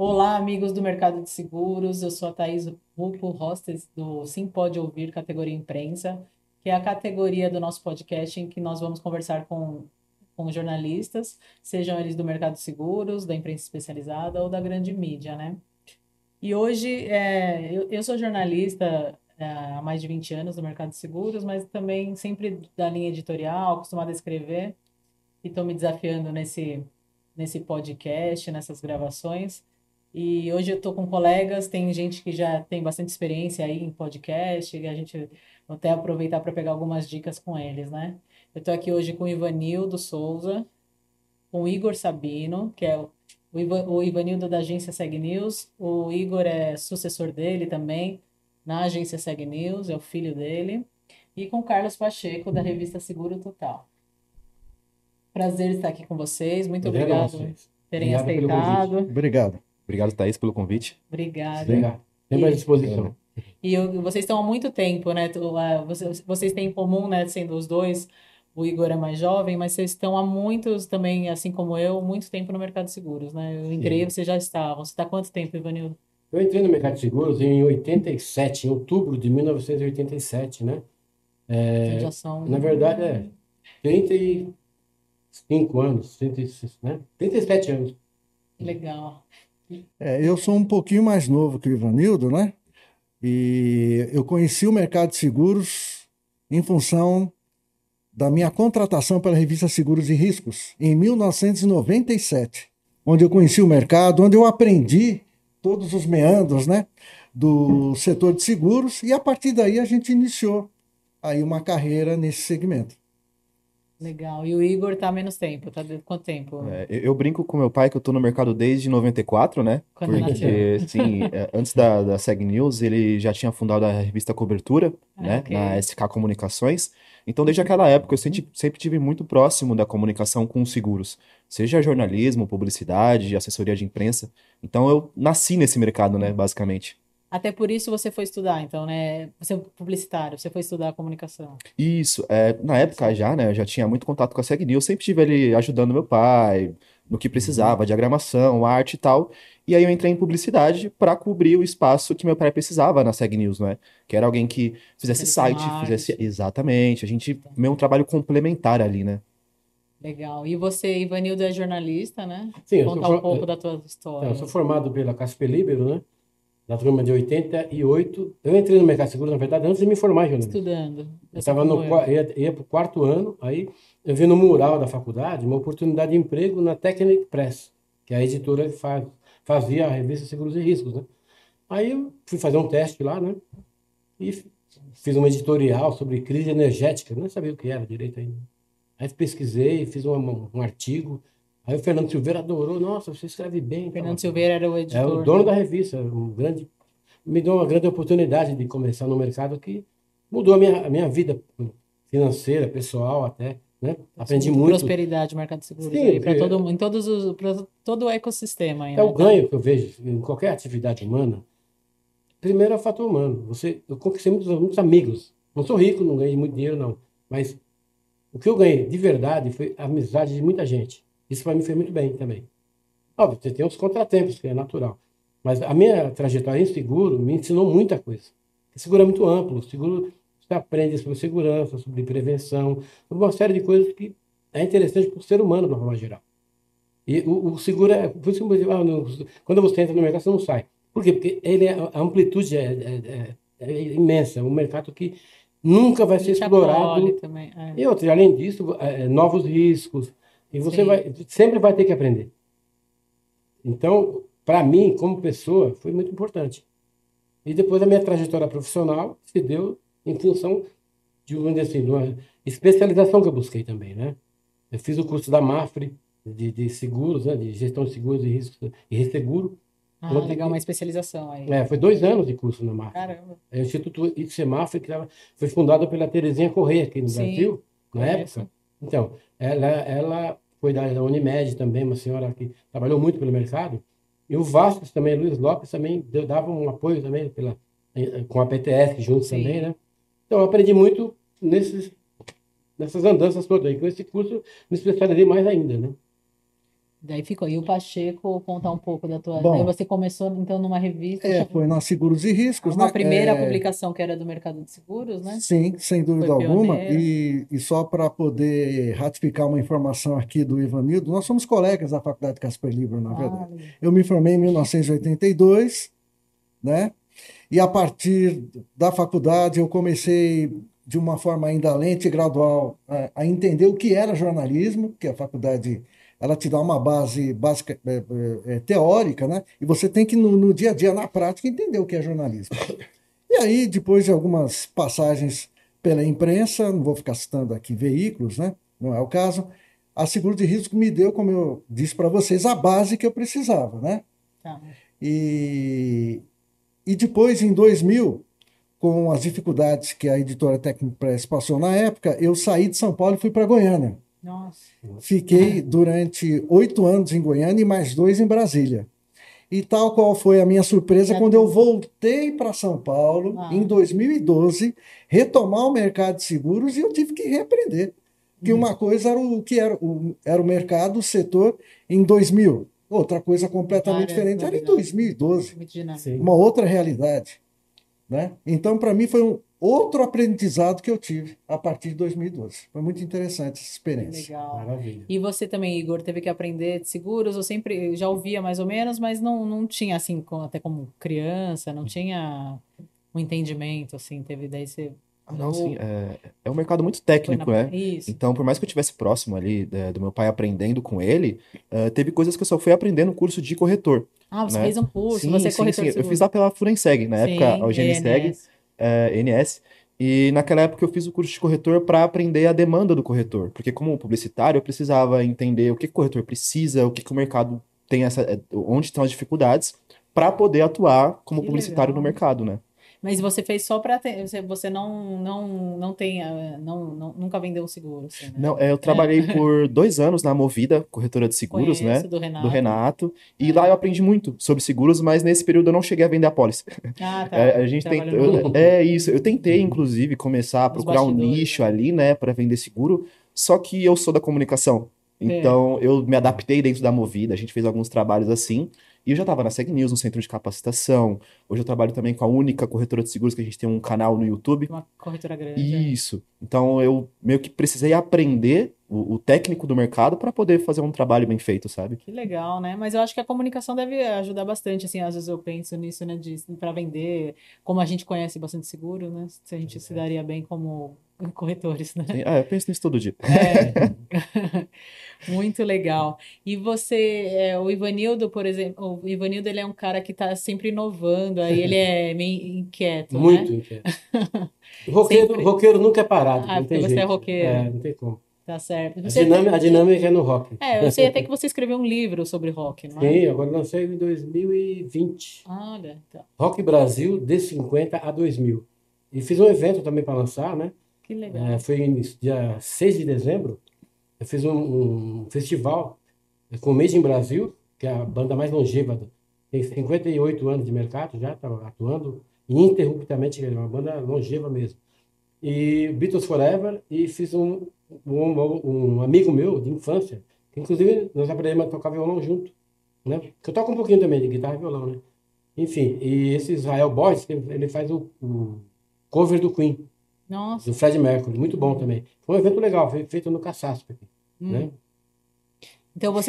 Olá, amigos do Mercado de Seguros. Eu sou a Thaís Rupo, hostess do Sim Pode Ouvir, categoria imprensa, que é a categoria do nosso podcast em que nós vamos conversar com jornalistas, sejam eles do mercado de seguros, da imprensa especializada ou da grande mídia, né? E hoje, eu sou jornalista há mais de 20 anos no mercado de seguros, mas também sempre da linha editorial, acostumada a escrever, e estou me desafiando nesse podcast, nessas gravações. E hoje eu estou com colegas, tem gente que já tem bastante experiência aí em podcast, e a gente vou até aproveitar para pegar algumas dicas com eles, né? Eu estou aqui hoje com o Ivanildo Souza, com o Igor Sabino, que é o Ivanildo da agência Seg News, o Igor é sucessor dele também na agência Seg News, é o filho dele, e com o Carlos Pacheco, da revista Seguro Total. Prazer estar aqui com vocês. Muito Prazer é obrigado nosso, por Thaís. terem Obrigado pelo convite. aceitado. Obrigado. Obrigado, Thaís, pelo convite. Obrigada. Obrigado. Sempre à E, disposição. vocês estão há muito tempo, né? Vocês têm em comum, né? Sendo os dois, o Igor é mais jovem, mas vocês estão há muitos também, assim como eu, muito tempo no mercado de seguros, né? Eu entrei, Sim. vocês já estavam. Você está há quanto tempo, Ivanildo? Eu entrei no mercado de seguros em 87, em outubro de 1987, né? Então já Na são verdade, 35 anos, 36, né? 37 anos. legal. Eu sou um pouquinho mais novo que o Ivanildo, né? E eu conheci o mercado de seguros em função da minha contratação pela revista Seguros e Riscos, em 1997, onde eu conheci o mercado, onde eu aprendi todos os meandros, né, do setor de seguros, e a partir daí a gente iniciou aí uma carreira nesse segmento. Legal. E o Igor está há menos tempo, tá? De quanto tempo? Eu brinco com meu pai que eu tô no mercado desde 94, né? Quando nasceu? Porque, sim, antes da Seg News, ele já tinha fundado a revista Cobertura, né? Ok. Na SK Comunicações. Então, desde aquela época, eu sempre tive muito próximo da comunicação com os seguros. Seja jornalismo, publicidade, assessoria de imprensa. Então, eu nasci nesse mercado, né? Basicamente. Até por isso você foi estudar, então, né? Você é publicitário, você foi estudar comunicação. Isso, na época Sim. já, né, eu já tinha muito contato com a Seg News, sempre estive ali ajudando meu pai no que Uhum. precisava, diagramação, arte e tal. E aí eu entrei em publicidade para cobrir o espaço que meu pai precisava na Seg News, né? Que era alguém que fizesse Especialista em site, fizesse marketing. exatamente, a gente meio um trabalho complementar ali, né? Legal. E você, Ivanildo, é jornalista, né? Sim, Conta um pouco da tua eu história. sou formado pela Casper Libero, né? Da turma de 88. Eu entrei no mercado de seguros, na verdade, antes de me formar em jornalismo. Estudando, Eu assim estava como eu. ia para o quarto ano, aí eu vi no mural da faculdade uma oportunidade de emprego na Technic Press, que é a editora que fazia a revista Seguros e Riscos, né? Aí eu fui fazer um teste lá, né? E fiz um editorial sobre crise energética, não sabia o que era direito ainda. Aí pesquisei, fiz um artigo. Aí o Fernando Silveira adorou, nossa, você escreve bem, tá Fernando bacana. Silveira era o É o editor, dono né? da revista, me deu uma grande oportunidade de começar no mercado que mudou a minha vida financeira, pessoal até, né? Aprendi Muita muito. prosperidade no mercado de seguros aí, Sim, para todo, em todos os, para todo o ecossistema aí, é o né? Tá? ganho que eu vejo em qualquer atividade humana. Primeiro é o fator humano. Eu conquistei muitos amigos. Não sou rico, não ganhei muito dinheiro, não. Mas o que eu ganhei de verdade foi a amizade de muita gente. Isso para mim foi muito bem também. Óbvio, você tem uns contratempos, que é natural. Mas a minha trajetória em seguro me ensinou muita coisa. O seguro é muito amplo. O seguro, você aprende sobre segurança, sobre prevenção, sobre uma série de coisas que é interessante para o ser humano, de uma forma geral. E o seguro é. Por isso que eu digo, quando você entra no mercado, você não sai. Por quê? Porque a amplitude é imensa. É um mercado que nunca vai A ser gente acolhe explorado. também. É. E outra, além disso, novos riscos. E você Sim. sempre vai ter que aprender. Então, para mim, como pessoa, foi muito importante. E depois a minha trajetória profissional se deu em função vamos dizer assim, de uma especialização que eu busquei também, né? Eu fiz o curso da MAFRE, de seguros, né? De gestão de seguros e riscos e resseguro. Ah, Onde, legal, uma especialização aí. foi 2 anos de curso na MAFRE. Caramba. É o Instituto ITSEMAFRE, foi fundado pela Terezinha Corrêa, aqui no Sim, Brasil, na época. conheço. Então, ela foi da Unimed também, uma senhora que trabalhou muito pelo mercado. E o Vasco também, Luiz Lopes também dava um apoio também com a PTS juntos também, Sim. né? Então, eu aprendi muito nessas andanças todas aí. Com esse curso, me especializei mais ainda, né? Daí ficou. E o Pacheco, contar um pouco da tua. Daí Bom, você começou, então, numa revista, foi na Seguros e Riscos, uma né? primeira publicação que era do mercado de seguros, né? Sim, sem Foi dúvida alguma. pioneira. E só para poder ratificar uma informação aqui do Ivanildo, nós somos colegas da Faculdade Casper Libero, na Ah, verdade. legal. Eu me formei em 1982, né? E a partir da faculdade eu comecei, de uma forma ainda lenta e gradual, a entender o que era jornalismo, que a faculdade ela te dá uma base básica, teórica, né? E você tem que, no dia a dia, na prática, entender o que é jornalismo. E aí, depois de algumas passagens pela imprensa, não vou ficar citando aqui veículos, né? Não é o caso. A Seguro de Risco me deu, como eu disse para vocês, a base que eu precisava, né? Tá. E, e depois, em 2000, com as dificuldades que a editora Técnico Press passou na época, eu saí de São Paulo e fui para Goiânia. Nossa. Fiquei durante 8 anos em Goiânia e mais 2 em Brasília. E tal qual foi a minha surpresa Já- quando eu voltei para São Paulo, Ah. em 2012, retomar o mercado de seguros e eu tive que reaprender. Porque uma coisa era o que era o mercado, o setor em 2000. Outra coisa completamente Várias diferente era em novidades. 2012. Muito dinâmico. Sim. Uma outra realidade, né? Então, para mim, foi um outro aprendizado que eu tive a partir de 2012. Foi muito interessante essa Que experiência. legal. Maravilha. E você também, Igor, teve que aprender de seguros? Eu sempre já ouvia mais ou menos, mas não tinha, assim, até como criança, não tinha um entendimento, assim, teve daí você Não, sim, mudou, é um mercado muito foi técnico, né? Isso. Então, por mais que eu estivesse próximo ali, do meu pai aprendendo com ele, teve coisas que eu só fui aprender no curso de corretor, Ah, você né? fez um curso, Sim, você é sim, corretor sim. de Eu fiz seguro. lá pela Furenseg, na época a Sim, Eugênia ENS. NS, e naquela época eu fiz o curso de corretor para aprender a demanda do corretor, porque como publicitário eu precisava entender o que o corretor precisa, o que o mercado tem onde estão as dificuldades, para poder atuar como Que publicitário no legal. mercado, né? Mas você fez só para ter, você não tem, nunca vendeu um seguro, assim, né? Não, eu trabalhei por 2 anos na Movida, corretora de seguros, né? Conheço do Do Renato. Renato. E lá eu aprendi muito sobre seguros, mas nesse período eu não cheguei a vender a pólice. Ah, tá. A gente Trabalhou tentou. no, É isso. Eu tentei, inclusive, começar a nos procurar um bastidores, nicho né? ali, né, para vender seguro. Só que eu sou da comunicação. É. Então eu me adaptei dentro da Movida. A gente fez alguns trabalhos assim. E eu já estava na Seg News, no centro de capacitação. Hoje eu trabalho também com a única corretora de seguros que a gente tem um canal no YouTube. Uma corretora grande. É. Isso. Então eu meio que precisei aprender o técnico do mercado para poder fazer um trabalho bem feito, sabe? Que legal, né? Mas eu acho que a comunicação deve ajudar bastante, assim, às vezes eu penso nisso, né, para vender, como a gente conhece bastante seguro, né? Se a gente se daria bem como corretores, né? Sim, eu penso nisso todo dia. É. Muito legal. E você, o Ivanildo, por exemplo, o Ivanildo, ele é um cara que está sempre inovando, aí ele é meio inquieto, Muito né? inquieto. Roqueiro, Sempre. roqueiro nunca é parado, Ah, não porque tem você é jeito. roqueiro, Não tem como. tá certo. A dinâmica é no rock. Eu sei até que você escreveu um livro sobre rock, não é? Sim, agora lancei em 2020. Olha, então, Rock Brasil, de 50 a 2000. E fiz um evento também para lançar, né? que legal. Foi em dia 6 de dezembro. Eu fiz um festival com o Made in Brasil, que é a banda mais longeva, tem 58 anos de mercado já, está atuando ininterruptamente, é uma banda longeva mesmo. E Beatles Forever, e fiz um amigo meu de infância, que inclusive nós aprendemos a tocar violão junto, né? Que eu toco um pouquinho também de guitarra e violão, né? Enfim, e esse Israel Boys, ele faz o cover do Queen, Nossa. do Freddie Mercury, muito bom também. Foi um evento legal, foi feito no Cassasp, né? Então você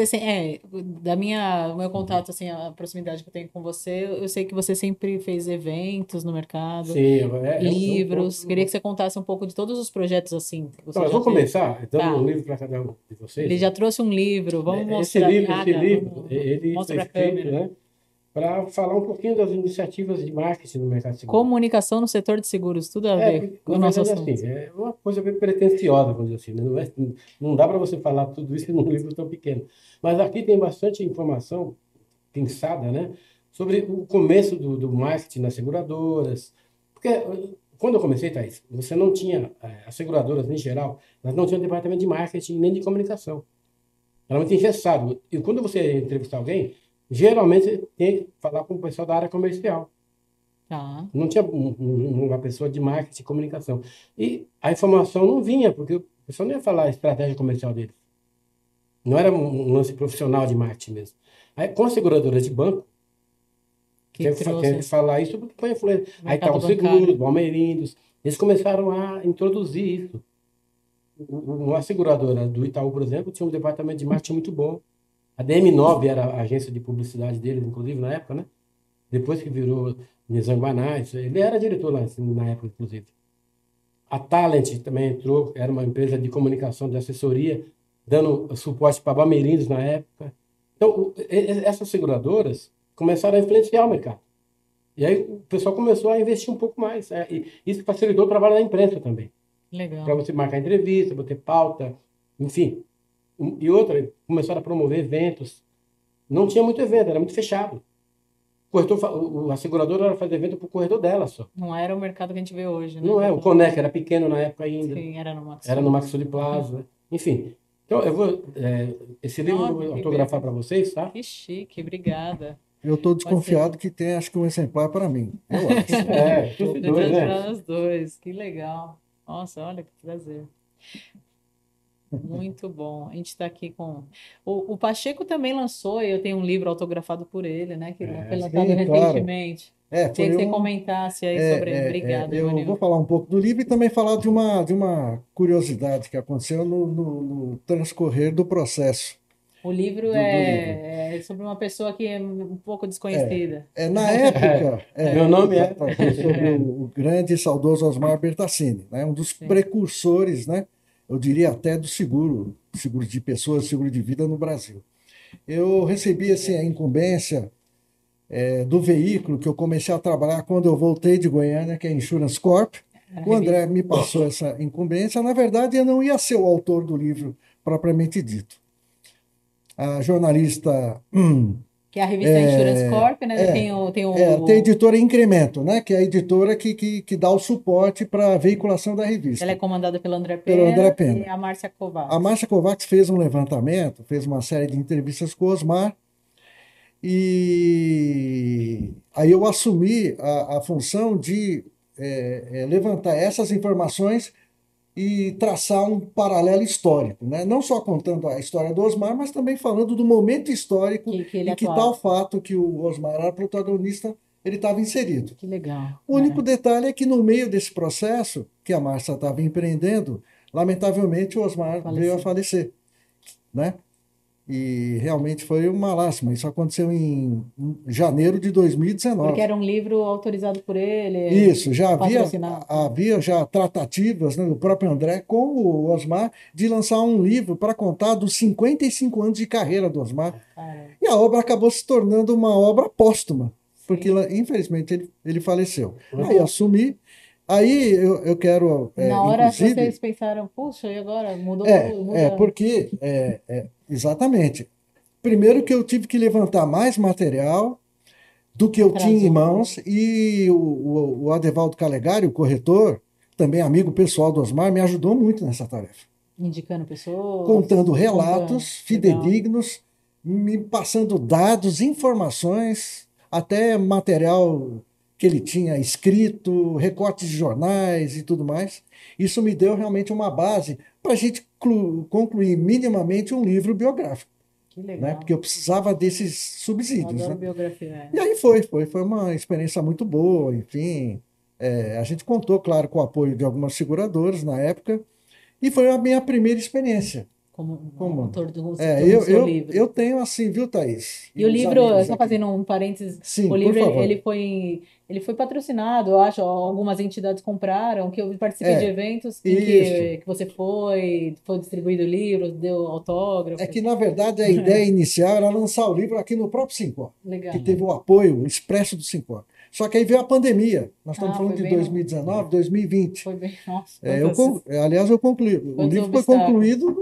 o meu contato, assim, a proximidade que eu tenho com você, eu sei que você sempre fez eventos no mercado, Sim, livros. Queria que você contasse um pouco de todos os projetos assim que você Então, eu já vou fez. começar dando Tá. um livro para cada um de vocês. Ele já trouxe um livro, vamos Esse mostrar. livro, ele Mostra foi para a feito, câmera. né, para falar um pouquinho das iniciativas de marketing no mercado de seguros. Comunicação no setor de seguros, tudo a ver com o Na nosso verdade, assunto. assim, é uma coisa bem pretensiosa, vamos dizer assim, né? Não dá para você falar tudo isso num livro tão pequeno. Mas aqui tem bastante informação pensada, né, sobre o começo do marketing nas seguradoras. Porque quando eu comecei, Thaís, você não tinha, as seguradoras em geral, elas não tinham departamento de marketing nem de comunicação. Era muito engessado. E quando você entrevistar alguém, geralmente você tem que falar com o pessoal da área comercial. Tá. Não tinha uma pessoa de marketing e comunicação. E a informação não vinha, porque o pessoal não ia falar a estratégia comercial deles. Não era um lance profissional de marketing mesmo. Aí, com as seguradoras de banco, Que tinha que trouxe falar isso porque foi influência. Aí tá mercado o Seguros, bancário. Balmeirindos, eles começaram a introduzir isso. Uma seguradora do Itaú, por exemplo, tinha um departamento de marketing muito bom. A DM9 era a agência de publicidade deles, inclusive, na época, né? Depois que virou Nizam Banais, ele era diretor lá, assim, na época, inclusive. A Talent também entrou, era uma empresa de comunicação, de assessoria, dando suporte para Bamerindos na época. Então, essas seguradoras começaram a influenciar o mercado. E aí o pessoal começou a investir um pouco mais. E isso facilitou o trabalho da imprensa também. Para Legal. você marcar entrevista, bater pauta, enfim. E outra, começaram a promover eventos. Não tinha muito evento, era muito fechado. O corretor, a seguradora era fazer evento para o corredor dela só. Não era o mercado que a gente vê hoje, né? Não é, o Conec era pequeno na época ainda. Sim, era no Max. Era no Max Sul Plaza. Enfim. Então, eu vou. Esse livro eu Nossa, vou que autografar beleza. para vocês, tá? Que chique, obrigada. Eu estou Pode ser. desconfiado que tem, acho que um exemplar para mim. Eu acho. É, trouxe dois, né? Para os dois, que legal. Nossa, olha que prazer. Muito bom. A gente está aqui com. O Pacheco também lançou, e eu tenho um livro autografado por ele, né? Que foi lançado sim, claro. recentemente. Queria Foi que você um. comentasse aí sobre ele. Obrigada, Eu vou Ivanildo. falar um pouco do livro e também falar de uma curiosidade que aconteceu no transcorrer do processo O livro do livro. é sobre uma pessoa que é um pouco desconhecida. Na época, Meu nome é. exatamente, sobre o grande e saudoso Osmar Bertassini, né? Um dos Sim. precursores, né? Eu diria até do seguro de pessoas, seguro de vida no Brasil. Eu recebi assim, a incumbência do veículo que eu comecei a trabalhar quando eu voltei de Goiânia, que é a Insurance Corp. Era O André revista. me passou essa incumbência. Na verdade, eu não ia ser o autor do livro propriamente dito. A jornalista Que é a revista Insurance Corp, né? Tem tem a editora Incremento, né? Que é a editora que dá o suporte para a veiculação da revista. Ela é comandada pelo André Pelo Pena André Pena. e a Márcia Kovacs. A Márcia Kovacs fez um levantamento, fez uma série de entrevistas com o Osmar, e aí eu assumi a função de levantar essas informações e traçar um paralelo histórico, né? Não só contando a história do Osmar, mas também falando do momento histórico Que ele em que atuava. tal fato que o Osmar era protagonista, ele estava inserido. Que legal. O único detalhe é que no meio desse processo que a Márcia estava empreendendo, lamentavelmente o Osmar veio a falecer, né? E realmente foi uma lástima. Isso aconteceu em janeiro de 2019. Porque era um livro autorizado por ele, Isso, já patrocinado. havia já tratativas, né, do próprio André com o Osmar de lançar um livro para contar dos 55 anos de carreira do Osmar. Cara, E a obra acabou se tornando uma obra póstuma, porque sim. infelizmente ele faleceu. Aí assumi. Aí eu quero, Na hora inclusive. vocês pensaram, puxa, e agora? Mudou tudo? Muda. Porque, exatamente. Primeiro que eu tive que levantar mais material do que eu Atrasou tinha em um mãos, e o Adevaldo Calegari, o corretor, também amigo pessoal do Osmar, me ajudou muito nessa tarefa. Indicando pessoas. Contando relatos Legal. fidedignos, me passando dados, informações, até material que ele tinha escrito, recortes de jornais e tudo mais. Isso me deu realmente uma base para a gente concluir minimamente um livro biográfico. Que legal. Né? Porque eu precisava desses Eu subsídios. adoro Né? biografia. E aí foi uma experiência muito boa, enfim. A gente contou, claro, com o apoio de algumas seguradoras na época, e foi a minha primeira experiência. Como Como? autor do seu livro. Eu tenho assim, viu, Thaís? E o os livro, amigos só aqui. fazendo um parênteses, Sim, o livro por favor. ele foi patrocinado, eu acho, algumas entidades compraram, que eu participei de eventos em que você foi distribuído livros, deu autógrafo. É que, na verdade, a ideia inicial era lançar o livro aqui no próprio Sincor, Legal. que teve o apoio expresso do Sincor. Só que aí veio a pandemia. Nós estamos falando foi de bem 2019, 2020. Foi bem, nossa. Aliás, eu concluí. O livro foi concluído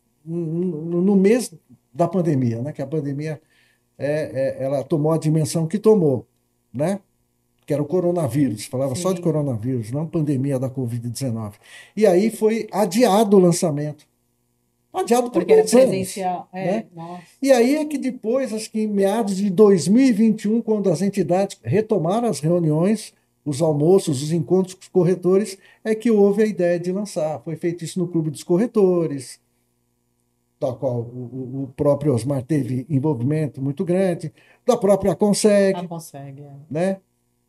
no mês da pandemia, né? Que a pandemia ela tomou a dimensão que tomou, né? Que era o coronavírus, falava Sim. só de coronavírus, não pandemia da Covid-19. E aí foi adiado o lançamento. Adiado por Porque era 2 anos. presencial. Né? Nossa. E aí é que depois, acho que em meados de 2021, quando as entidades retomaram as reuniões, os almoços, os encontros com os corretores, é que houve a ideia de lançar. Foi feito isso no Clube dos Corretores. da qual o próprio Osmar teve envolvimento muito grande, da própria Conseg, consegue. É. né?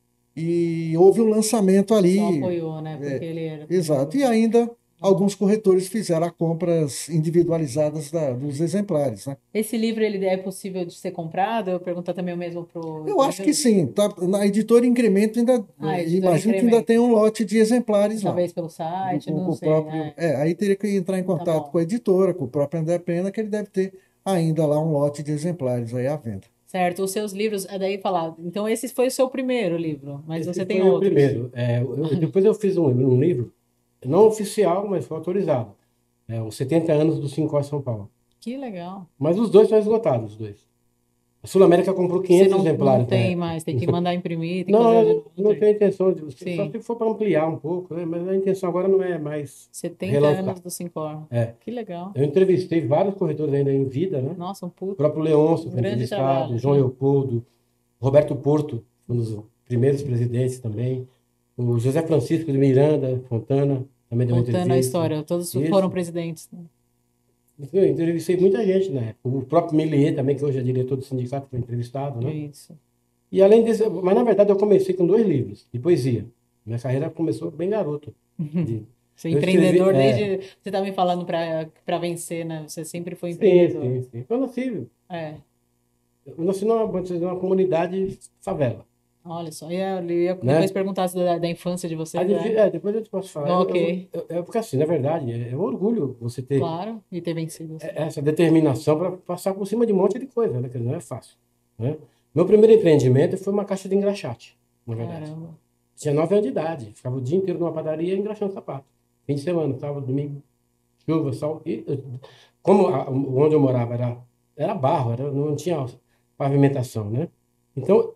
E houve um lançamento Só ali. apoiou, né? Porque ele era. Exato. E ainda alguns corretores fizeram compras individualizadas dos exemplares, né? Esse livro ele é possível de ser comprado? Eu perguntar também o mesmo pro. Eu acho que sim. Tá, na editora Incremento ainda, Editora imagino que ainda Incremento. tem um lote de exemplares lá. Talvez pelo site, não Com o sei. próprio, aí teria que entrar em contato bom. com a editora, com o próprio André Pena, que ele deve ter ainda lá um lote de exemplares aí à venda. Certo, os seus livros, daí falar. Então, esse foi o seu primeiro livro, mas Esse você tem foi o outros. primeiro. Depois eu fiz um livro, não oficial, mas foi autorizado. Os 70 anos do Sincor São Paulo. Que legal. Mas os dois estão esgotados, os dois. A Sul América comprou 500 Você exemplares. não tem mais, tem que mandar imprimir, tem que Não, fazer de eu novo. não tenho intenção de. Sim. Só se for para ampliar um pouco, né? Mas a intenção agora não é mais 70 relançar. anos do Sincor. É. Que legal. Eu entrevistei vários corretores ainda em vida, né? Nossa, um O puto. próprio Leôncio foi Grande entrevistado, trabalho. João Leopoldo, Roberto Porto, um dos primeiros presidentes também, o José Francisco de Miranda Fontana, também deu uma Contando a entrevista. história, todos Isso. foram presidentes. Né? Eu entrevistei muita gente, né? O próprio Millier também, que hoje é diretor do sindicato, foi entrevistado, né? Isso. E além desse, mas na verdade eu comecei com 2 livros de poesia. Minha carreira começou bem garoto. Você é Eu empreendedor escrevi- desde. Você tá me falando para vencer, né? Você sempre foi Sim, empreendedor. sim. É. Eu nasci numa comunidade favela. Olha só. Eu ia Né? depois perguntar da infância de vocês, né? Depois eu te posso falar. Ok. Porque assim, na verdade, é um orgulho você ter Claro, e ter vencido. essa determinação para passar por cima de um monte de coisa, né? Que não é fácil, né? Meu primeiro empreendimento foi uma caixa de engraxate, na verdade. Caramba. Tinha 9 anos de idade, ficava o dia inteiro numa padaria engraxando sapato. Fim de semana, sábado, domingo, chuva, sol. Como onde eu morava era barro, não tinha pavimentação, né? Então,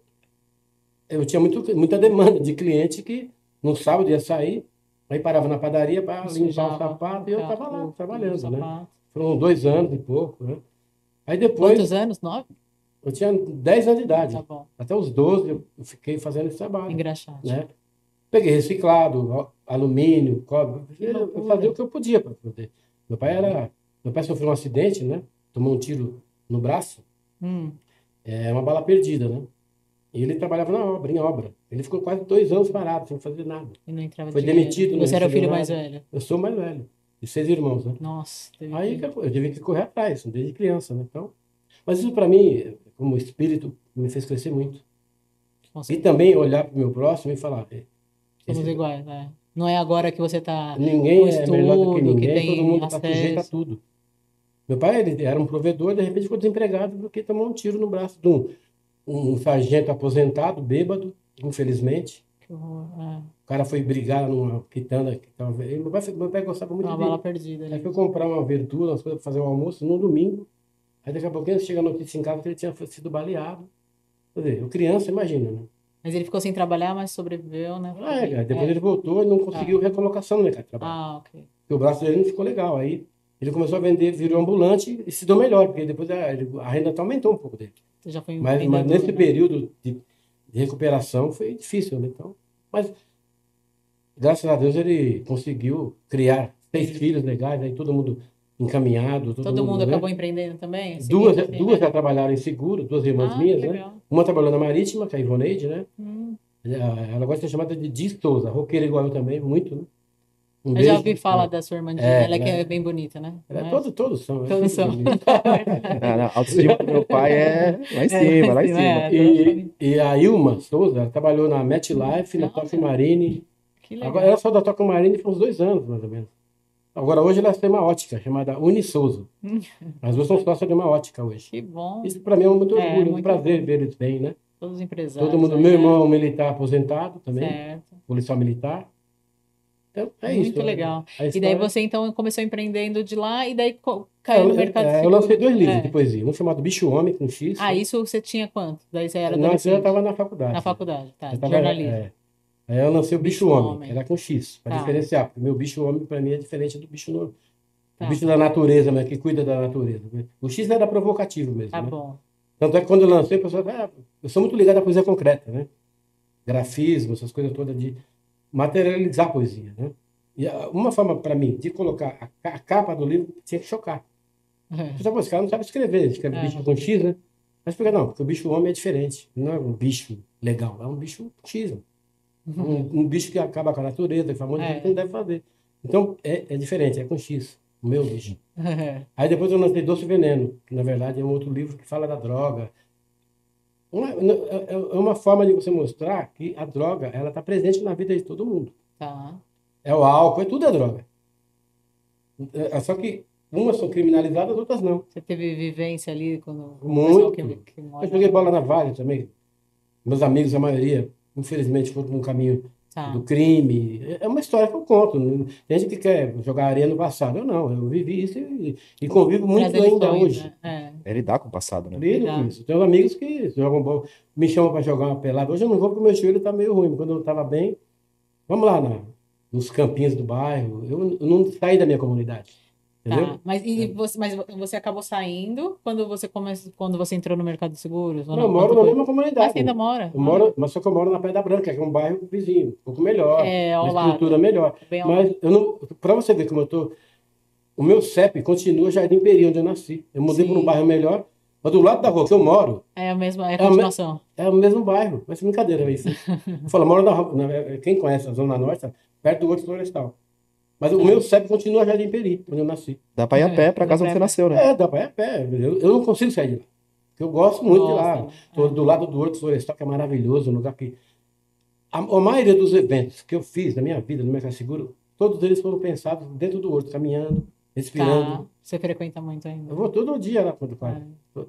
eu tinha muita demanda de cliente que no sábado ia sair, aí parava na padaria para limpar o sapato e eu estava lá trabalhando, né? Foram 2 anos e pouco, né? Aí depois, Quantos anos? 9? eu tinha 10 anos de idade. Tá bom. Até os 12 eu fiquei fazendo esse trabalho. Engraxate. Né? Peguei reciclado, alumínio, cobre. Eu fazia o que eu podia para poder. Meu pai sofreu um acidente, né? Tomou um tiro no braço. É uma bala perdida, né? E ele trabalhava em obra. Ele ficou quase 2 anos parado, sem fazer nada. E não entrava Foi dinheiro. demitido. Você era o filho nada. mais velho? Eu sou o mais velho. E 6 irmãos, né? Nossa. Aí eu tive que correr atrás, desde criança, né? Então, mas isso para mim, como espírito, me fez crescer muito. Nossa, E também olhar para o meu próximo e falar: somos iguais, né? Não é agora que você está ninguém com é melhor do que estudo, ninguém, tem todo mundo está sujeito a acesso. tudo. Meu pai ele era um provedor, de repente ficou desempregado porque tomou um tiro no braço de um sargento aposentado, bêbado, infelizmente. Que horror. É. O cara foi brigar numa quitanda que estava. Meu pai gostava muito Uma dele. bala perdida Aí ali. foi comprar uma verdura, umas coisas para fazer o almoço no domingo. Aí daqui a pouquinho chega a notícia em casa que ele tinha sido baleado. Quer dizer, eu criança, imagina, né? Mas ele ficou sem trabalhar, mas sobreviveu, né? Depois ele voltou e não conseguiu recolocação no mercado de trabalho. Ah, ok. Porque o braço dele não ficou legal. Aí ele começou a vender, virou ambulante e se deu melhor, porque depois a renda até aumentou um pouco dele. Você já foi um Mas empreendedor, nesse né? período de recuperação foi difícil, né? Então, mas graças a Deus ele conseguiu criar 6 filhos legais, aí todo mundo encaminhado. Todo mundo né? acabou empreendendo também? Duas Seguindo, assim, duas né? já trabalharam em seguro, 2 irmãs Ah, minhas, que né? legal. Uma trabalhou na Marítima, que é a Ivoneide, né? Hum. Ela gosta de ser chamada de Di Souza, roqueira igual eu também, muito, né? Um Eu beijo. já ouvi falar da sua irmã Dina, ela que é bem bonita, né? Ela Não é? todos são. Todos são. A autoestima do meu pai é lá em cima, lá em cima. E a Ilma Souza, ela trabalhou na MetLife, na Tokyo Marine. Que legal. Agora, ela saiu da Tokyo Marine por uns 2 anos, mais ou menos. Agora, hoje ela tem uma ótica chamada Uni Souza. As duas são sócias de uma ótica hoje. Que bom. Isso para mim é muito orgulho, um muito prazer ver eles bem, né? Todos os empresários. Todo mundo, aí, meu né? irmão é um militar aposentado também, Certo. policial militar. Então, é isso. Muito legal. A E daí história- você então começou empreendendo de lá e daí caiu no mercado eu seguro. lancei 2 livros É. de poesia, um chamado Bicho Homem, com X. Ah, isso você tinha quanto? Daí você era Não, eu já adolescente. estava na faculdade. Na faculdade, tá. Eu tava- Jornalismo. Aí eu lancei o Bicho Bicho Homem, Homem. era com X, para Tá. diferenciar. Porque o meu Bicho Homem, para mim, é diferente do bicho no... Tá. O bicho da natureza, né, que cuida da natureza. Né? O X era provocativo mesmo. Tá né? bom. Tanto é que quando eu lancei, o pessoal eu sou muito ligado à poesia concreta, né? Grafismo, essas coisas todas de materializar a poesia, né? E uma forma para mim de colocar a capa do livro tinha que chocar. Você sabe, esse cara não sabe escrever, escreve bicho com X, né? Mas por que não? Porque o bicho homem é diferente. Não é um bicho legal, é um bicho X. Um bicho que acaba com a natureza, que faz um monte de coisa que não deve fazer. Então, é diferente, é com X, o meu bicho. Aí depois eu lancei Doce Veneno, que na verdade é um outro livro que fala da droga. É uma forma de você mostrar que a droga, ela está presente na vida de todo mundo. Tá. É o álcool, tudo é droga. Só que umas são criminalizadas, outras não. Você teve vivência ali quando o Muito. pessoal que mora Eu joguei bola na Vale também. Meus amigos, a maioria, infelizmente, foram no caminho Tá. do crime. É uma história que eu conto. Tem gente que quer jogar areia no passado. Eu não, eu vivi isso e convivo muito Trazer ainda lições, hoje. né? É lidar com o passado, né? Lido com isso. Tenho amigos que jogam bola, me chamam para jogar uma pelada. Hoje eu não vou porque meu joelho está meio ruim. Quando eu estava bem, vamos lá nos campinhos do bairro. Eu não saí da minha comunidade. Entendeu? Tá. Mas você acabou saindo quando você entrou no mercado de seguros? Ou Não, eu não? moro Quando na mesma comunidade. você ainda mora? Eu moro, mas só que eu moro na Pedra Branca, que é um bairro vizinho, um pouco melhor, Ao uma lado. estrutura melhor. Bem ao Mas eu não, para você ver como eu tô, o meu CEP continua Jardim Peri, onde eu nasci. Eu mudei para um Sim. bairro melhor, mas do lado da rua que eu moro, É a mesma, é a É a me- continuação. é o mesmo bairro. Mas brincadeira isso. Eu falo, eu moro quem conhece a Zona Norte, tá perto do Horto Florestal. Mas o meu CEP continua Jardim Peri, onde eu nasci. Dá pra ir a pé pra casa onde você nasceu, né? Dá para ir a pé. Eu não consigo sair de lá. Porque eu gosto muito de lá. Gosta, Estou do lado do Horto Florestal, que é maravilhoso, um lugar que a maioria dos eventos que eu fiz na minha vida no Mercado Seguro, todos eles foram pensados dentro do horto, caminhando, Tá. respirando. Você frequenta muito ainda. Eu vou todo dia lá quando quadro.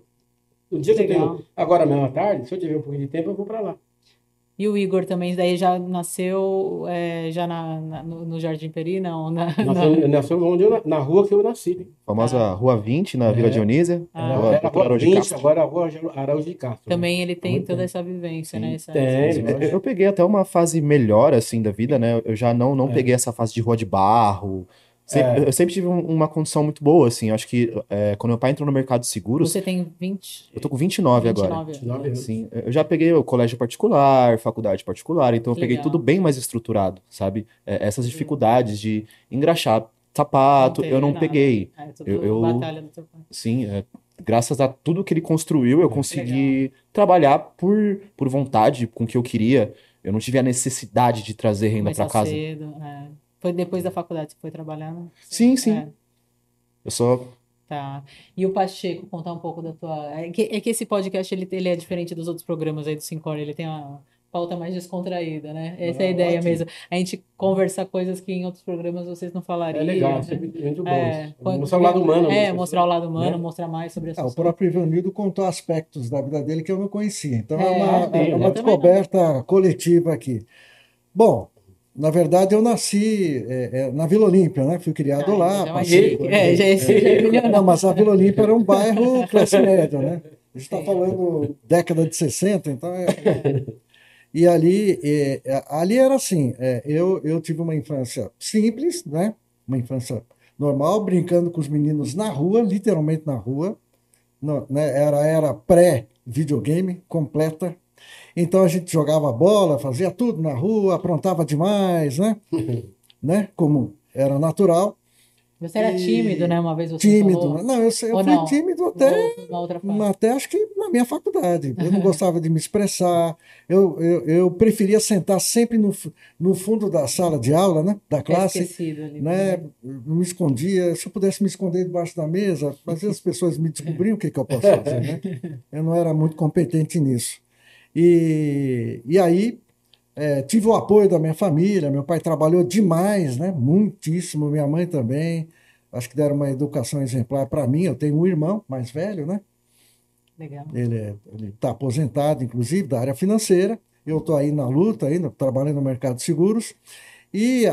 O dia que eu Legal. tenho, agora mesmo à tarde, se eu tiver um pouquinho de tempo, eu vou para lá. E o Igor também, daí já nasceu já no Jardim Peri, não? Nasceu onde na rua que eu nasci. Famosa Rua 20, na Vila Dionísia. Era, Rua era a Doutor rua Araújo de 20, Castro. agora a rua Araújo de Castro. Também ele tem Muito toda bem. essa vivência, né? Tem. Eu peguei até uma fase melhor, assim, da vida, né? Eu já não peguei essa fase de rua de barro. Eu sempre tive uma condição muito boa, assim. Eu acho que quando meu pai entrou no mercado de seguros, Você tem 20, eu tô com 29 agora. 29 anos. 29 anos. Sim, eu já peguei o colégio particular, faculdade particular, então eu peguei Legal. tudo bem mais estruturado, sabe? Essas dificuldades de engraxar sapato, Não eu não teve peguei. nada. Tudo Eu- batalha do teu pai. Sim, graças a tudo que ele construiu, eu consegui trabalhar por vontade, com o que eu queria. Eu não tive a necessidade de trazer renda Começar para casa. cedo. Foi depois da faculdade que você foi trabalhar, né? Sim, sim. É, Eu só. tá. E o Pacheco, contar um pouco da tua. É que esse podcast ele é diferente dos outros programas aí do Sincor, ele tem uma pauta mais descontraída, né? Essa é a ideia Ótimo. mesmo. A gente conversar coisas que em outros programas vocês não falariam. É legal, né? sempre muito bom. É, Mostrar o lado humano. mostrar o lado humano, né? mostrar mais sobre as O pessoas. próprio Ivanildo contou aspectos da vida dele que eu não conhecia. Então É, é eu uma também não. descoberta coletiva aqui. Bom, na verdade eu nasci na Vila Olímpia, né? Fui criado Ah, lá. já é mais passei chique. por- Já é milionário. Não, mas a Vila Olímpia era um bairro classe média, né? A gente está falando década de 60, então E ali era assim, eu tive uma infância simples, né? Uma infância normal, brincando com os meninos na rua, literalmente na rua. Né? Era pré-videogame completa. Então a gente jogava bola, fazia tudo na rua, aprontava demais, né? Como era natural. Você era tímido, né? Uma vez você Tímido. falou. Não, eu Ou fui não? tímido até Na outra fase. até acho que na minha faculdade. Eu não gostava de me expressar. Eu preferia sentar sempre no fundo da sala de aula, né? Da Tá classe. esquecido ali. Né? Me escondia. Se eu pudesse me esconder debaixo da mesa, às vezes as pessoas me descobriam o que eu posso fazer, né? Eu não era muito competente nisso. E aí tive o apoio da minha família. Meu pai trabalhou demais, né? Muitíssimo. Minha mãe também. Acho que deram uma educação exemplar para mim. Eu tenho um irmão mais velho, né? Legal. Ele está aposentado, inclusive, da área financeira. Eu estou aí na luta, ainda trabalhando no mercado de seguros. E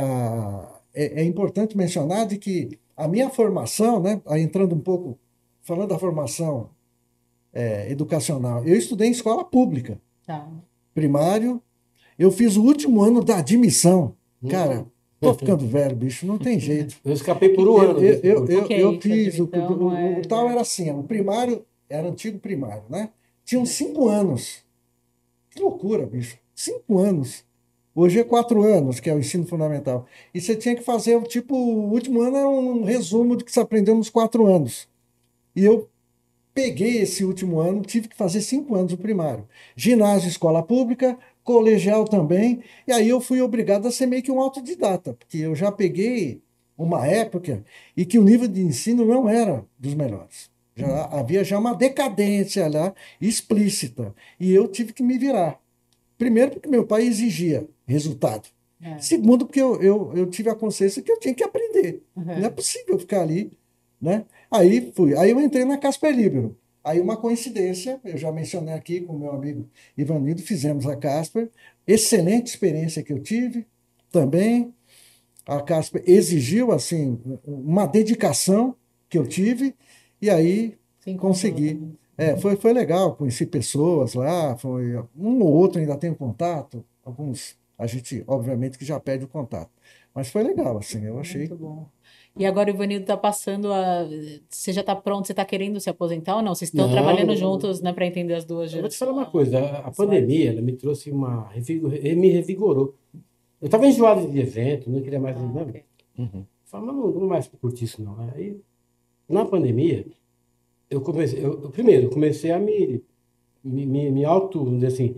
é importante mencionar de que a minha formação, né? Aí entrando um pouco, falando da formação educacional, eu estudei em escola pública, Tá. primário. Eu fiz o último ano da admissão. Cara, tô ficando velho, bicho, não tem jeito. Eu escapei por um ano. Eu fiz. Então, não é- O tal era assim: o primário era antigo primário, né? Tinham 5 anos. Que loucura, bicho. 5 anos. Hoje é 4 anos, que é o ensino fundamental. E você tinha que fazer, tipo, o último ano era um resumo do que você aprendeu nos 4 anos. E eu peguei esse último ano, tive que fazer 5 anos o primário. Ginásio, escola pública, colegial também. E aí eu fui obrigado a ser meio que um autodidata, porque eu já peguei uma época e que o nível de ensino não era dos melhores. Já havia já uma decadência lá explícita. E eu tive que me virar. Primeiro, porque meu pai exigia resultado. É. Segundo, porque eu tive a consciência que eu tinha que aprender. Não é Uhum. possível ficar ali, né? Aí fui. Aí eu entrei na Casper Libero. Aí uma coincidência, eu já mencionei aqui com o meu amigo Ivanildo, fizemos a Casper. Excelente experiência que eu tive também. A Casper exigiu assim uma dedicação que eu tive e aí Se encontrou consegui. também. Foi legal, conheci pessoas lá, foi um ou outro ainda tenho contato, alguns a gente obviamente que já perde o contato, mas foi legal assim, eu achei. Muito bom. E agora o Ivanildo está passando a. Você já está pronto? Você está querendo se aposentar ou não? Vocês estão trabalhando Não, juntos, né, para entender as duas eu vou te falar uma gerações. coisa, a Os pais. pandemia, ela me trouxe me revigorou. Eu estava enjoado de evento, não queria mais, Ah, não. ok. Uhum. Falei, mas não mais curtir isso, não. Aí, na pandemia, primeiro, eu comecei a me auto, vamos dizer assim,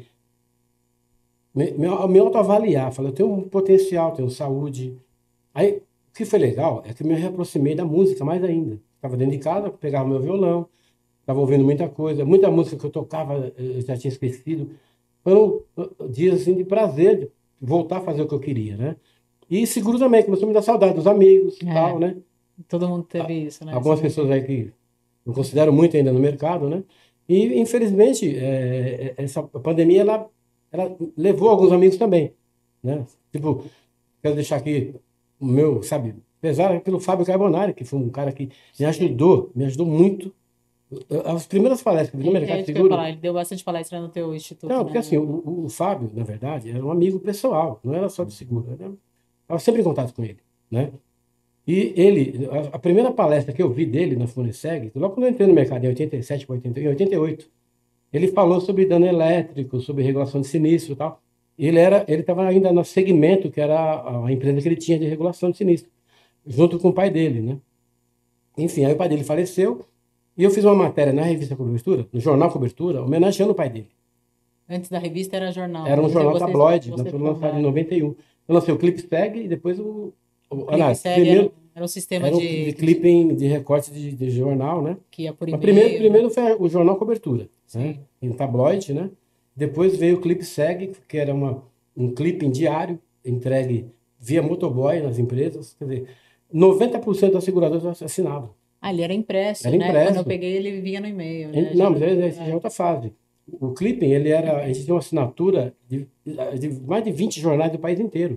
me autoavaliar. Falei, eu tenho um potencial, tenho saúde. Aí, o que foi legal é que eu me reaproximei da música mais ainda. Estava dentro de casa, pegava meu violão, estava ouvindo muita coisa, muita música que eu tocava, eu já tinha esquecido. Foram dias assim, de prazer, de voltar a fazer o que eu queria, né? E seguro também, começou a me dar saudade dos amigos, tal, É, né? todo mundo teve isso, né? Esse Algumas momento. pessoas aí que eu considero muito ainda no mercado, né? E, infelizmente, essa pandemia, ela levou alguns amigos também, né? Tipo, quero deixar aqui o meu, sabe, pesar pelo Fábio Carbonari, que foi um cara que Sim. me ajudou muito. As primeiras palestras que eu vi no É Mercado isso que eu ia falar. Seguro, ele deu bastante palestra no teu instituto, não, porque assim, né? o Fábio, na verdade, era um amigo pessoal, não era só de seguro, estava sempre em contato com ele, né? E ele, a primeira palestra que eu vi dele na Funeseg, logo quando eu entrei no mercado em 87 para 80, em 88, ele falou sobre dano elétrico, sobre regulação de sinistro e tal. Ele estava ainda no segmento que era a empresa que ele tinha de regulação de sinistro, junto com o pai dele, né? Enfim, aí o pai dele faleceu e eu fiz uma matéria na revista Cobertura, no jornal Cobertura, homenageando o pai dele. Antes da revista era jornal. Era um jornal tabloide, Você foi lançado em fundaram. 91. Eu lancei o Clipe Seg e depois O Clipe aliás, Segue primeiro era um sistema era um clipping de recorte de jornal, né? que ia por Mas e-mail, né? primeiro foi o jornal Cobertura, né? Sim. Em tabloide, né? Depois veio o Clipe Seg, que era um clipping diário, entregue via motoboy nas empresas. Quer dizer, 90% das seguradoras assinavam. Ah, ele era impresso, Era né? Quando eu impresso. peguei, ele vinha no e-mail, né? Não, Já, mas essa já é outra fase. O clipping, a gente tem uma assinatura de mais de 20 jornais do país inteiro.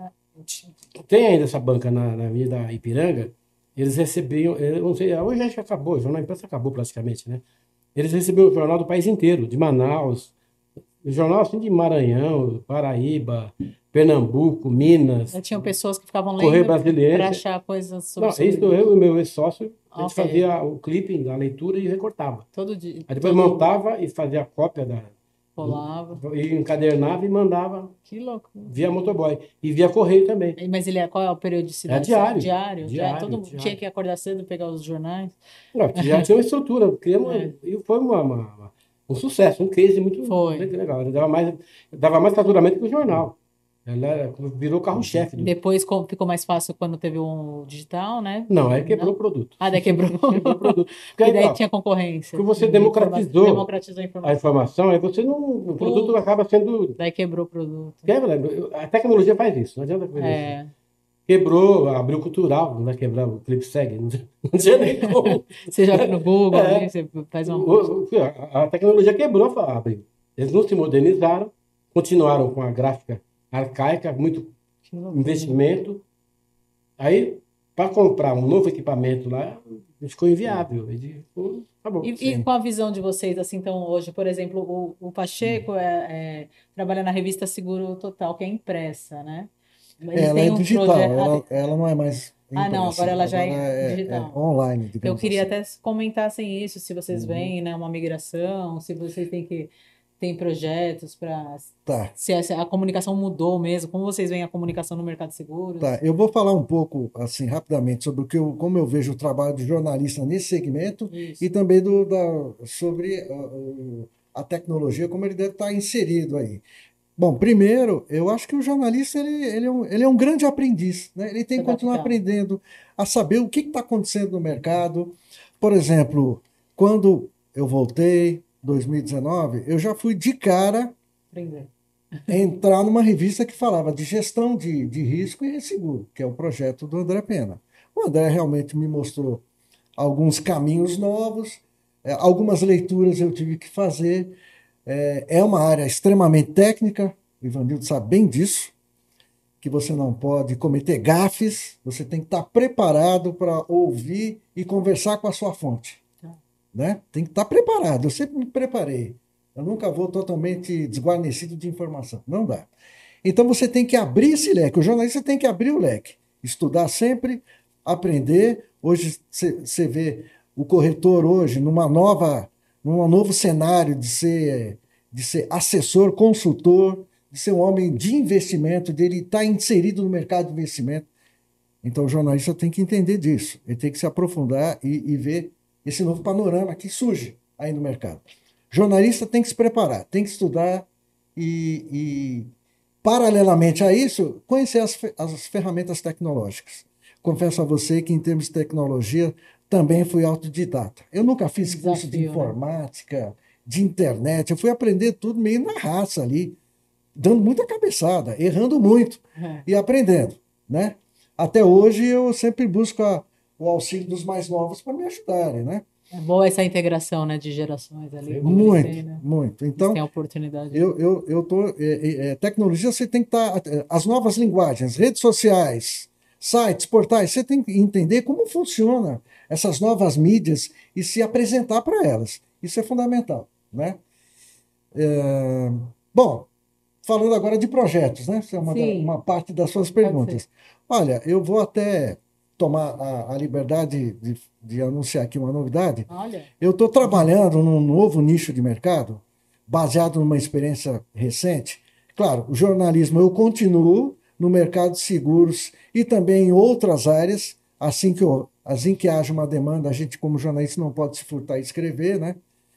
Tem ainda essa banca na Avenida Ipiranga, eles recebiam, eu não sei, hoje acho que acabou, o jornal imprensa acabou praticamente, né? Eles recebiam o jornal do país inteiro, de Manaus, o jornal assim de Maranhão, Paraíba, Pernambuco, Minas, tinham pessoas que ficavam Correio lendo para Brasiliense. achar coisas sobre Não, isso seguros. eu e o meu ex-sócio, a gente Ok. fazia o clipping da leitura e recortava. Todo dia, Aí depois todo montava e fazia a cópia rolava. e encadernava e mandava Que louco. via motoboy. E via correio também. Mas qual é a É periodicidade? diário. Diário? Diário. Todo Diário, mundo tinha diário. que acordar cedo, pegar os jornais. Não, já tinha uma estrutura, É, e foi um sucesso, um case muito foi. legal. Ele dava mais faturamento que o jornal. Virou carro-chefe. Depois ficou mais fácil quando teve um digital, né? Não, aí quebrou o Não? produto. Ah, daí quebrou. Quebrou o produto. Porque E aí, daí ó, tinha concorrência. porque você Democratizou a a informação. informação, aí você não, o produto acaba sendo. Daí quebrou o produto. Quebra, a tecnologia faz isso, não adianta fazer isso. É. Quebrou, abriu cultural, não vai quebrar o Clipe Segue, não tinha nem como. Você joga no Google ali, É, você faz uma busca. a tecnologia quebrou a fábrica. Eles não se modernizaram, continuaram com a gráfica arcaica, muito Que loucura. investimento. Aí, para comprar um novo equipamento lá, ficou inviável. Tá bom. E com a visão de vocês, assim, então, hoje, por exemplo, o Pacheco trabalha na revista Seguro Total, que é impressa, né? Eles Ela é têm um digital, projeto. ela não é mais Ah, não, impressa, agora ela já agora é é digital. online, Eu digamos queria assim. até comentassem isso, se vocês Uhum. veem, né, uma migração, se vocês têm que tem projetos para... Tá, Se a comunicação mudou mesmo, como vocês veem a comunicação no mercado de seguros? tá. Eu vou falar um pouco, assim, rapidamente, sobre como eu vejo o trabalho do jornalista nesse segmento Isso, e também sobre a tecnologia, como ele deve estar inserido aí. Bom, primeiro, eu acho que o jornalista ele é um grande aprendiz, né? Ele tem se que continuar adaptar. aprendendo a saber o que está acontecendo no mercado. Por exemplo, quando eu voltei, 2019, eu já fui de cara Aprender. entrar numa revista que falava de gestão de risco e resseguro, que é o projeto do André Pena. O André realmente me mostrou alguns caminhos novos, algumas leituras eu tive que fazer. É uma área extremamente técnica, o Ivanildo sabe bem disso, que você não pode cometer gafes, você tem que estar preparado para ouvir e conversar com a sua fonte. Tá. Né? Tem que estar preparado, eu sempre me preparei. Eu nunca vou totalmente desguarnecido de informação, não dá. Então você tem que abrir esse leque, o jornalista tem que abrir o leque, estudar sempre, aprender. Hoje você vê o corretor hoje num novo cenário de ser assessor, consultor, de ser um homem de investimento, dele estar inserido no mercado de investimento. Então o jornalista tem que entender disso, ele tem que se aprofundar e ver esse novo panorama que surge aí no mercado. Jornalista tem que se preparar, tem que estudar e paralelamente a isso, conhecer as ferramentas tecnológicas. Confesso a você que, em termos de tecnologia, também fui autodidata. Eu nunca fiz curso de Desafio, né? informática, de internet. Eu fui aprender tudo meio na raça ali, dando muita cabeçada, errando muito É. e aprendendo, né? Até hoje eu sempre busco o auxílio dos mais novos para me ajudarem, né? É boa essa integração, né, de gerações ali, Sim. como Muito, crescer, né? muito. Eles Então, têm a oportunidade. eu tô, tecnologia, você tem que estar. As novas linguagens, redes sociais, sites, portais, você tem que entender como funciona essas novas mídias e se apresentar para elas. Isso é fundamental, né? Bom, falando agora de projetos, né? Essa é Sim, uma parte das suas pode ser. perguntas. Olha, eu vou até tomar a liberdade de anunciar aqui uma novidade. Olha, Eu estou trabalhando num novo nicho de mercado, baseado numa experiência recente. Claro, o jornalismo eu continuo no mercado de seguros e também em outras áreas, assim que haja uma demanda, a gente como jornalista não pode se furtar e escrever, né?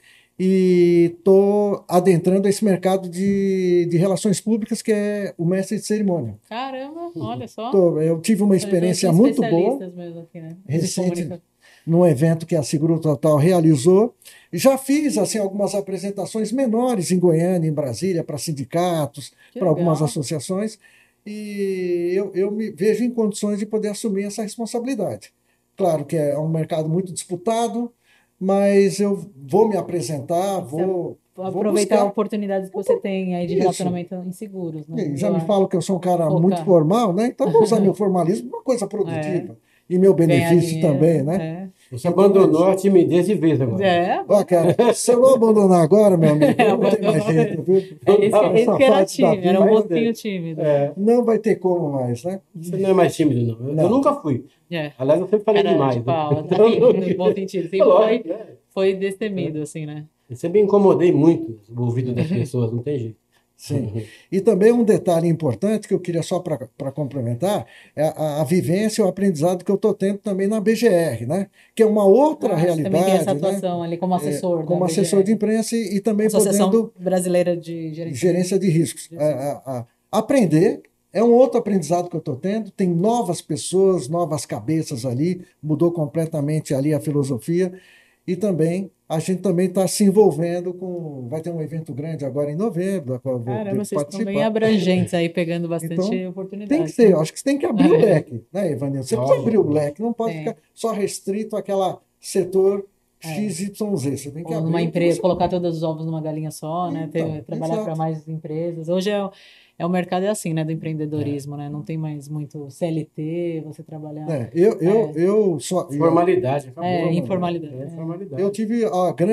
E estou adentrando esse mercado de relações públicas, que é o mestre de cerimônia. caramba, olha só. Eu tive uma Então, eles experiência são muito boa, especialistas mesmo aqui, né? De recente, comunicação. num evento que a Seguro Total realizou. Já fiz assim algumas apresentações menores em Goiânia, em Brasília, para sindicatos, Que para algumas legal. associações, e eu me vejo em condições de poder assumir essa responsabilidade. Claro que é um mercado muito disputado, mas eu vou me apresentar, vou Aproveitar a buscar. oportunidade que você tem aí de Isso. relacionamento em seguros, né? E já Eu me acho. falam que eu sou um cara muito Focar. formal, né? Então vou usar meu formalismo para uma coisa É, produtiva. E meu ganhar benefício dinheiro, também, né? né? Você Então é abandonou isso. a timidez de vez agora. É, Ó, cara, se eu não abandonar agora, meu amigo, não tem mais jeito, viu? esse que era Essa fase da tímido, era um vida mocinho tímido. não vai ter como mais, né? Você não é mais tímido, não. Eu Não. nunca fui. É, Aliás, eu sempre falei cara demais. de pau, Né? assim, no bom sentido. Sempre Lógico, né? foi destemido, assim, né? Eu sempre incomodei muito o ouvido das pessoas, não tem jeito. Sim. E também um detalhe importante que eu queria só para complementar é a vivência e o aprendizado que eu estou tendo também na BGR, né? Que é uma outra Ah, você também tem essa realidade, né? atuação ali como assessor da Como assessor de BGR, imprensa e também Associação podendo Brasileira de Gerência. gerência de riscos. Aprender é um outro aprendizado que eu estou tendo. Tem novas pessoas, novas cabeças ali, mudou completamente ali a filosofia. E também a gente também está se envolvendo com. Vai ter um evento grande agora em novembro, da qual eu vou Caramba, vocês estão bem participar. abrangentes aí, pegando bastante Então, tem que oportunidade. ser, eu acho que você tem que abrir o leque, né, Ivanildo? Você precisa Lógico. abrir o leque, não pode Sim. ficar só restrito àquela setor XYZ. Você tem que Ou abrir numa o que empresa, você colocar todos os ovos numa galinha só, né? Então, Trabalhar para exato. mais empresas. Hoje o mercado é assim, né? Do empreendedorismo, né? Não tem mais muito CLT, você trabalhar. Eu só. Formalidade. acabou. Informalidade. É, formalidade. Eu tive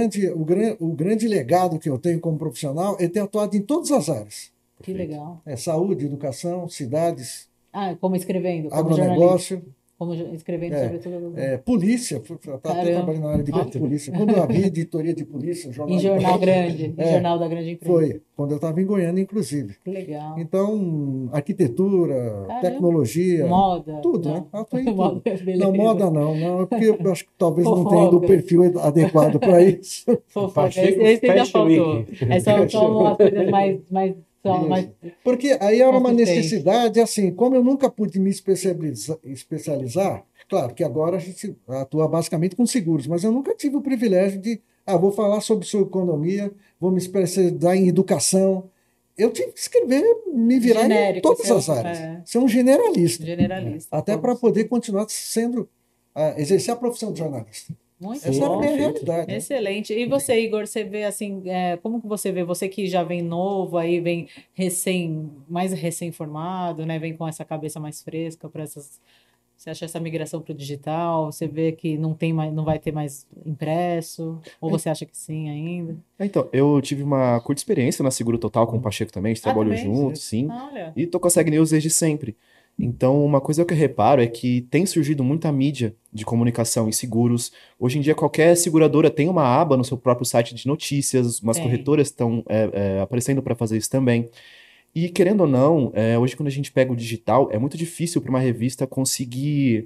o grande legado que eu tenho como profissional é ter atuado em todas as áreas. Que legal. Saúde, educação, cidades, Ah, como escrevendo, como jornalista. agronegócio. Como escrevendo É, sobre tudo. polícia, eu estava até Caramba. trabalhando na área de polícia. Quando havia editoria de polícia, jornal Em jornal grande, em É, jornal da grande imprensa. foi quando eu estava em Goiânia, inclusive. Que legal. Então, arquitetura, Caramba. tecnologia, Moda. tudo, Não. né? Atuei em Moda, tudo. beleza. Não, moda não, porque eu acho que talvez não tenha ainda o Fofoca. perfil adequado para isso. Fofoca. Pacheco Esse ainda Fashion faltou. Week. São umas coisas mais Porque aí era uma consistentes. necessidade, assim, como eu nunca pude me especializar, claro que agora a gente atua basicamente com seguros, mas eu nunca tive o privilégio de, vou falar sobre sua economia, vou me especializar em educação. Eu tive que escrever, me virar em Genérico, todas as áreas. Ser um generalista. Generalista. Até para poder continuar sendo, exercer a profissão de jornalista. Muito Essa era a bom. minha realidade. né? Excelente. E você, Igor, você vê assim, como que você vê? Você que já vem novo, aí vem mais recém-formado, né? Vem com essa cabeça mais fresca para essas. Você acha essa migração para o digital? Você vê que não vai ter mais impresso? Ou você acha que sim ainda? Então, eu tive uma curta experiência na Seguro Total com o Pacheco também, a gente trabalhou também? juntos, sim. Olha. E tô com a Seg News desde sempre. Então, uma coisa que eu reparo é que tem surgido muita mídia de comunicação em seguros. Hoje em dia, qualquer seguradora tem uma aba no seu próprio site de notícias, umas Tem. corretoras estão aparecendo para fazer isso também. E querendo ou não, hoje quando a gente pega o digital, é muito difícil para uma revista conseguir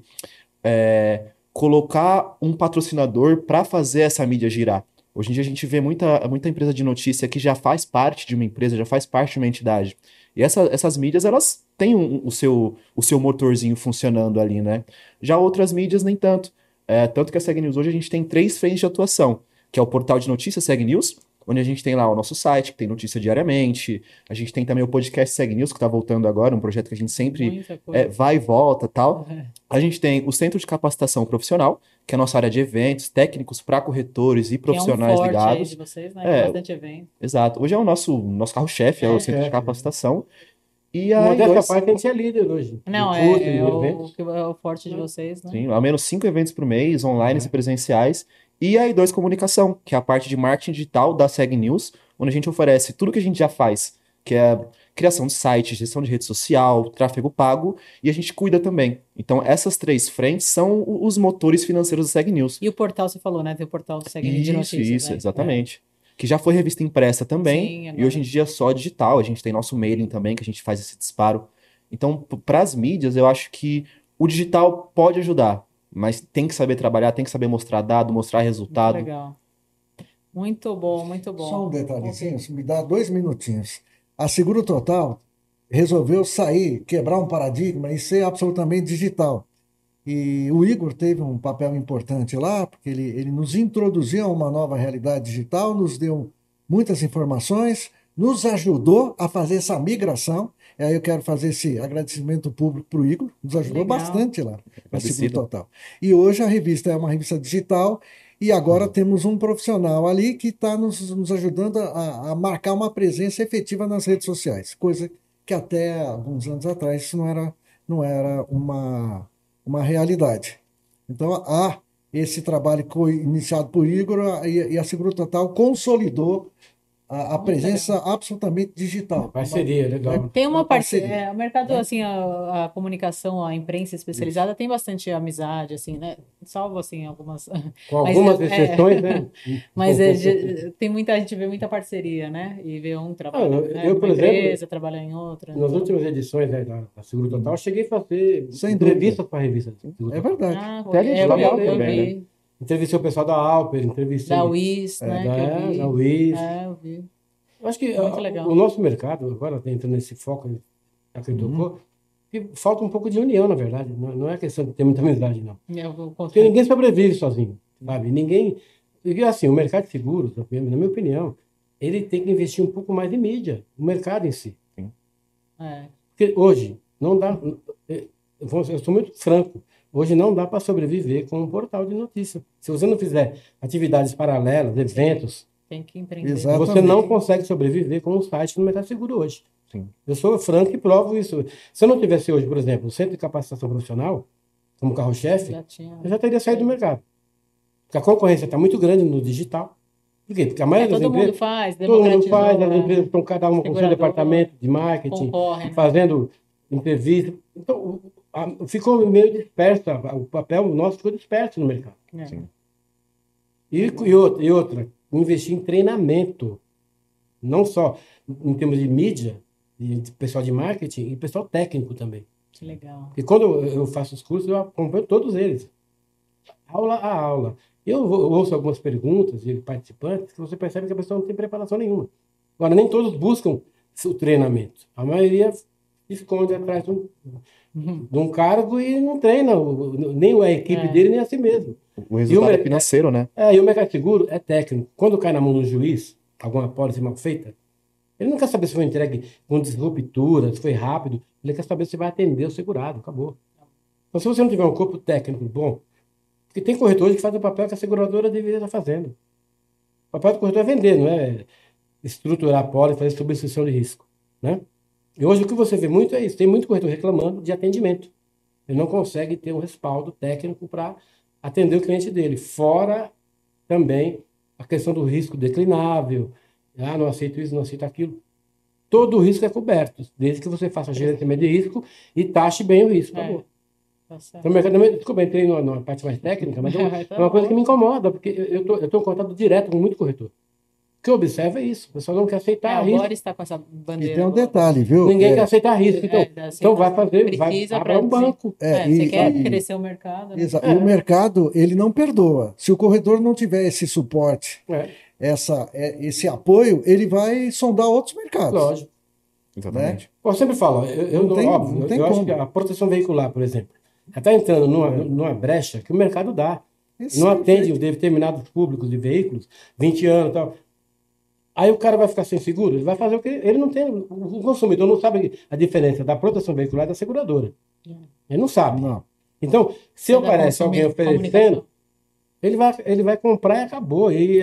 colocar um patrocinador para fazer essa mídia girar. Hoje em dia a gente vê muita empresa de notícia que já faz parte de uma empresa, já faz parte de uma entidade. E essas mídias, elas têm o seu motorzinho funcionando ali, né? Já outras mídias, nem tanto. Tanto que a Seg News hoje a gente tem 3 frentes de atuação, que é o portal de notícias Seg News, onde a gente tem lá o nosso site, que tem notícia diariamente. A gente tem também o podcast Seg News, que está voltando agora, um projeto que a gente sempre Muita coisa. vai e volta tal. É. A gente tem o Centro de Capacitação Profissional, que é a nossa área de eventos, técnicos para corretores e profissionais que é um forte aí ligados. de vocês, né? É. Bastante evento. Exato. Hoje é o nosso carro-chefe, é o Centro de chefe, Capacitação. E Uma aí, dessa parte a gente é líder hoje. Não, De curso, de é eventos. o forte de vocês, né? sim, ao menos 5 eventos por mês, online e presenciais. E a I2 Comunicação, que é a parte de marketing digital da Seg News, onde a gente oferece tudo que a gente já faz, que é criação de site, gestão de rede social, tráfego pago, e a gente cuida também. Então, essas 3 frentes são os motores financeiros da Seg News. E o portal, você falou, né? Tem o portal do Segue de notícias. Isso, né? exatamente. Que já foi revista impressa também, Sim, e agora. hoje em dia só digital. A gente tem nosso mailing também, que a gente faz esse disparo. Então, para as mídias, eu acho que o digital pode ajudar, mas tem que saber trabalhar, tem que saber mostrar dado, mostrar Muito resultado. legal. Muito bom, muito bom. Só um detalhezinho, me dá 2 minutinhos. A Seguro Total resolveu sair, quebrar um paradigma e ser absolutamente digital. E o Igor teve um papel importante lá, porque ele nos introduziu a uma nova realidade digital, nos deu muitas informações, nos ajudou a fazer essa migração. E aí eu quero fazer esse agradecimento público para o Igor, nos ajudou Legal. bastante lá, na Seguro Agradecido. Total. E hoje a revista é uma revista digital, e agora temos um profissional ali que está nos ajudando a marcar uma presença efetiva nas redes sociais, coisa que até alguns anos atrás isso não era uma realidade. Então, há esse trabalho que foi iniciado por Igor e a Seguro Total consolidou a presença absolutamente digital. Parceria, legal. Tem uma Uma parceria. parceria. O mercado, Né? assim, a comunicação, a imprensa especializada tem bastante amizade, assim, né? Salvo, assim, algumas. Com Mas algumas é- exceções, né? Mas a gente vê muita parceria, né? E vê um trabalho, eu, por numa exemplo, empresa, trabalha em outra. Nas últimas edições, né, da Seguro Total, eu cheguei a fazer Sem entrevistas para a revista Seguro É Total. verdade. Ah, Até a gente eu trabalha vi, eu também, vi. Entrevistei o pessoal da Alper, entrevistei Da WIS, né? Que eu vi. da WIS. Eu vi. Eu acho que Muito legal. o nosso mercado, agora tá entrando nesse foco que ele tocou, que falta um pouco de união, na verdade. Não é questão de ter muita amizade, não. Eu vou Porque contar. ninguém sobrevive sozinho, sabe? Ninguém... Porque, assim, o mercado de seguros, na minha opinião, ele tem que investir um pouco mais em mídia, no mercado em si. É. Porque hoje, não dá... Eu sou muito franco. Hoje não dá para sobreviver com um portal de notícia. Se você não fizer atividades paralelas, eventos, Tem que empreender. Exato. você não consegue sobreviver com um site no mercado seguro hoje. Sim. Eu sou franco e provo isso. Se eu não tivesse hoje, por exemplo, um centro de capacitação profissional, como carro-chefe, Já tinha. eu já teria saído do mercado. Porque a concorrência está muito grande no digital. Por quê? Porque a maioria das Todo mundo empresas... faz, Todo mundo democratizou, faz, as né? empresas estão cada uma com seu Segurador, departamento de marketing, concorrem, né? fazendo entrevista. Então, ficou meio disperso, o papel nosso ficou disperso no mercado. É. Sim. E outra, investir em treinamento, não só em termos de mídia, de pessoal de marketing, e pessoal técnico também. Que legal. E quando eu faço os cursos, eu acompanho todos eles, aula a aula. Ouço algumas perguntas de participantes que você percebe que a pessoa não tem preparação nenhuma. Agora, nem todos buscam o treinamento. A maioria se esconde atrás de um cargo e não treina nem a equipe dele, nem a si mesmo. O resultado é financeiro, né? E o mercado seguro é técnico. Quando cai na mão do juiz, alguma apólice mal feita, ele não quer saber se foi entregue com disruptura, se foi rápido. Ele quer saber se vai atender o segurado. Acabou. Então, se você não tiver um corpo técnico bom, porque tem corretores que fazem o papel que a seguradora deveria estar fazendo. O papel do corretor é vender, não é estruturar a apólice, fazer substituição de risco, né? E hoje o que você vê muito é isso. Tem muito corretor reclamando de atendimento. Ele não consegue ter um respaldo técnico para atender o cliente dele. Fora também a questão do risco declinável. Não aceito isso, não aceito aquilo. Todo o risco é coberto, desde que você faça gerenciamento de risco e taxe bem o risco. Acabou. Tá certo. Então, o mercado, desculpa, entrei numa parte mais técnica, mas é uma coisa que me incomoda, porque eu tô em contato direto com muito corretor. O que eu observo é isso. O pessoal não quer aceitar O risco. Boris está com essa bandeira. E tem um agora. detalhe, viu? Ninguém quer aceitar risco. Então vai Precisa abrir um banco. Você quer crescer o mercado, né? Exato. E o mercado, ele não perdoa. Se o corretor não tiver esse suporte, esse apoio, ele vai sondar outros mercados. Lógico. Exatamente. Eu sempre falo, não tem eu acho como. que a proteção veicular, por exemplo, está entrando numa brecha que o mercado dá. Isso Não é atende perfeito. determinados públicos de veículos, 20 anos e tal. Aí o cara vai ficar sem seguro, ele vai fazer o que ele não tem. O consumidor não sabe a diferença da proteção veicular e da seguradora. Ele não sabe. Não. Então, se aparece alguém oferecendo, ele vai comprar e acabou. E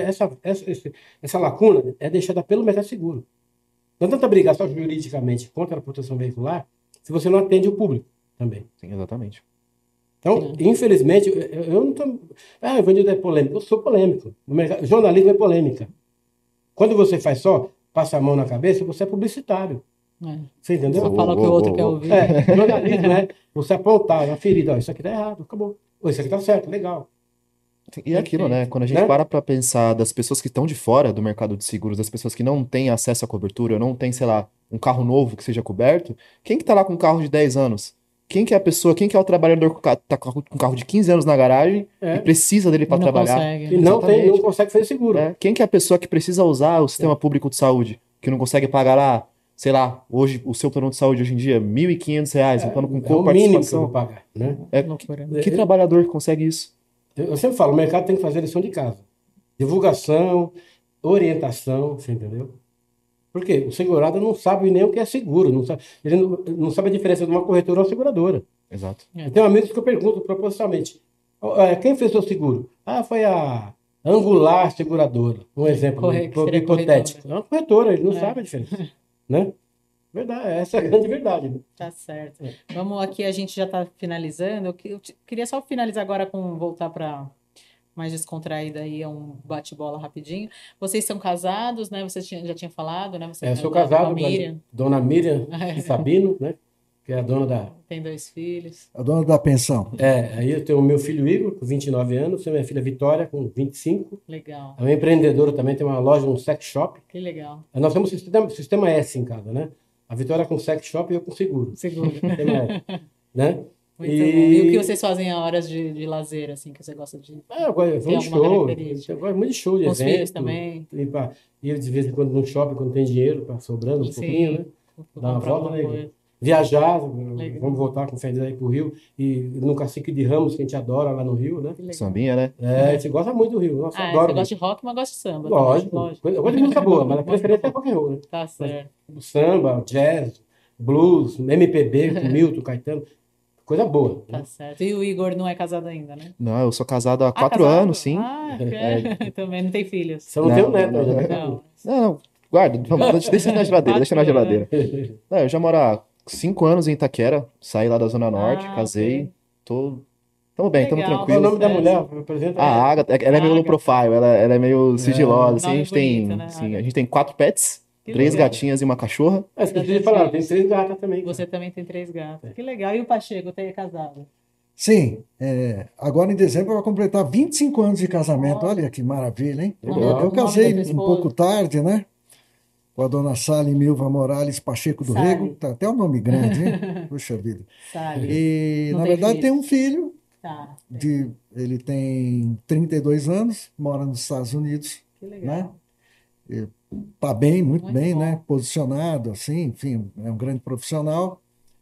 essa lacuna é deixada pelo mercado seguro. Não adianta brigar só juridicamente contra a proteção veicular se você não atende o público também. Sim, exatamente. Então, infelizmente, eu não estou. Evanildo é polêmico. Eu sou polêmico. O jornalismo é polêmica. Quando você faz só, passa a mão na cabeça, você é publicitário. Você entendeu? Só fala o que o outro quer ouvir. Jornalismo é você apontar na ferida. Isso aqui está errado, acabou. Ou isso aqui está certo, legal. E é aquilo, né? Quando a gente para pensar das pessoas que estão de fora do mercado de seguros, das pessoas que não têm acesso à cobertura, não tem, sei lá, um carro novo que seja coberto, quem que tá lá com um carro de 10 anos? Quem que é a pessoa, quem que é o trabalhador que tá com um carro de 15 anos na garagem e precisa dele para trabalhar? Consegue, e não consegue fazer seguro. Quem que é a pessoa que precisa usar o sistema público de saúde, que não consegue pagar lá, sei lá, hoje o seu plano de saúde hoje em dia, R$ 1.500, um plano com o mínimo que eu coparticipação. vou pagar, né? Que trabalhador que consegue isso? Eu sempre falo, o mercado tem que fazer lição de casa. Divulgação, orientação, você entendeu? Por quê? O segurado não sabe nem o que é seguro, ele não sabe a diferença de uma corretora ou uma seguradora. Exato. Eu tenho amigos que eu pergunto propositalmente, quem fez seu seguro? Foi a Angular Seguradora, um exemplo hipotético. É uma corretora, ele não sabe a diferença, né? Verdade, essa é a grande verdade. Né? Tá certo. Vamos aqui, a gente já está finalizando. Eu queria só finalizar agora voltar para mais descontraída aí, um bate-bola rapidinho. Vocês são casados, né? Você já tinha falado, né? Você eu sou casado com a Miriam. Dona Miriam Sabino, né? Que é a dona da... Tem 2 filhos. A dona da pensão. Aí eu tenho o meu filho Igor, com 29 anos, tenho minha filha Vitória, com 25. Legal. É uma empreendedora também, tem uma loja, um sex shop. Que legal. Nós temos sistema S em casa, né? A Vitória com sex shop e eu com seguro. Seguro. Sistema S, né? Muito bom. E o que vocês fazem a horas de lazer, assim, que você gosta de... Eu gosto de show, eu gosto muito de show, de com os evento. filhos também. Ir de vez em quando no shopping, quando tem dinheiro, sobrando um pouquinho, né? Dar uma volta, né? Viajar, vamos voltar com férias aí pro Rio, e no Cacique de Ramos, que a gente adora lá no Rio, né? Sambinha, né? A gente gosta muito do Rio. Nossa, adoro. Você gosta de rock, mas gosta de samba. Lógico. Eu gosto de música boa, mas a preferência é rock and roll, né? Tá certo. Samba, jazz, blues, MPB, com Milton, Caetano, coisa boa. Tá certo. E o Igor não é casado ainda, né? Não, eu sou casado há 4 casado? anos, sim. Também não tem filhos. Você não tem um neto não, ainda, Não, guarda, deixa na geladeira, deixa na geladeira. Não, eu já moro há 5 anos em Itaquera, saí lá da Zona Norte, casei, tamo bem, tamo Legal. Qual é o tranquilo. nome da mulher? Apresenta A Agatha, ela é meio low profile, ela é meio sigilosa, assim, a nome gente tem, bonito, né, sim, Agatha? a gente tem 4 pets, Que 3 legal. gatinhas e uma cachorra. É, esqueci de falar, tem 3 gatas também. Você também tem 3 gatos. Que legal. E o Pacheco, tem casado? Sim, agora em dezembro eu vou completar 25 anos de casamento. Olha que maravilha, hein? Legal. Eu O nome casei da tua um pouco esposa? tarde, né? Com a dona Sally Milva Morales Pacheco do Sally. Rego. Tá até o nome grande, hein? Puxa vida. Sally. E, Não na tem verdade, tem filhos? um filho. Tá. Ele tem 32 anos, mora nos Estados Unidos, Que né? legal. Tá bem, muito Muito bem, bom. né? Posicionado, assim, enfim, é um grande profissional.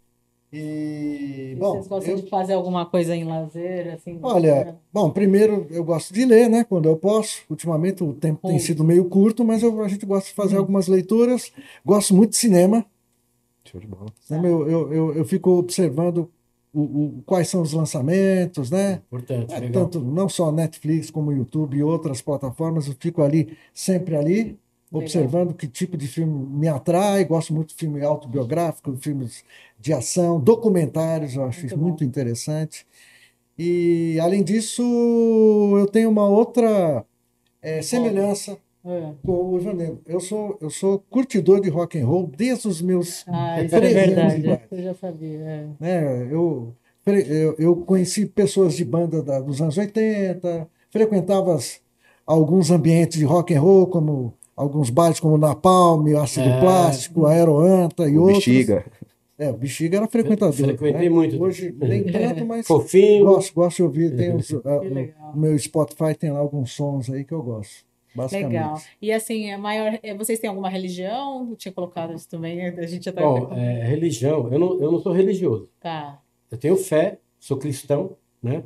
E, E bom, vocês gostam de fazer alguma coisa em lazer, assim? olha, bom, primeiro eu gosto de ler, né? Quando eu posso. Ultimamente o tempo tem sido meio curto, mas a gente gosta de fazer algumas leituras. Gosto muito de cinema. Show de bola. Né? Eu fico observando quais são os lançamentos, né? Importante, legal. Tanto não só Netflix como YouTube e outras plataformas, eu fico ali, sempre ali, observando que tipo de filme me atrai. Gosto muito de filme autobiográfico, filmes de ação, documentários, eu acho Muito isso bom. muito interessante. E, além disso, eu tenho uma outra semelhança É. com o Ivanildo. Eu sou curtidor de rock and roll desde os meus Ah, isso é 13 anos de verdade. idade. Eu já sabia. É. Né? Eu conheci pessoas de banda dos anos 80, frequentava alguns ambientes de rock and roll, como alguns bares como Napalm, Ácido Plástico, Aeroanta e O outros. Bexiga. O Bexiga era frequentador. Frequentei né? muito. Hoje nem tanto, mas Fofinho. gosto de ouvir. Tem Que legal. o meu Spotify tem lá alguns sons aí que eu gosto, basicamente. Legal. E assim, vocês têm alguma religião? Eu tinha colocado isso também, a gente já tá... Bom, religião, eu não sou religioso. Tá. Eu tenho fé, sou cristão, né?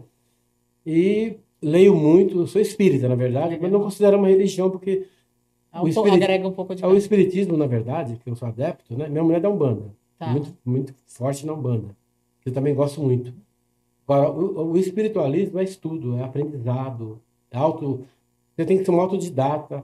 E leio muito, eu sou espírita, na verdade, Legal. mas não considero uma religião porque Agrega um pouco de... o espiritismo, na verdade, que eu sou adepto, né? Minha mulher é da Umbanda, Tá. muito, muito forte na Umbanda. Eu também gosto muito. Agora, o espiritualismo é estudo, é aprendizado, você tem que ser um autodidata.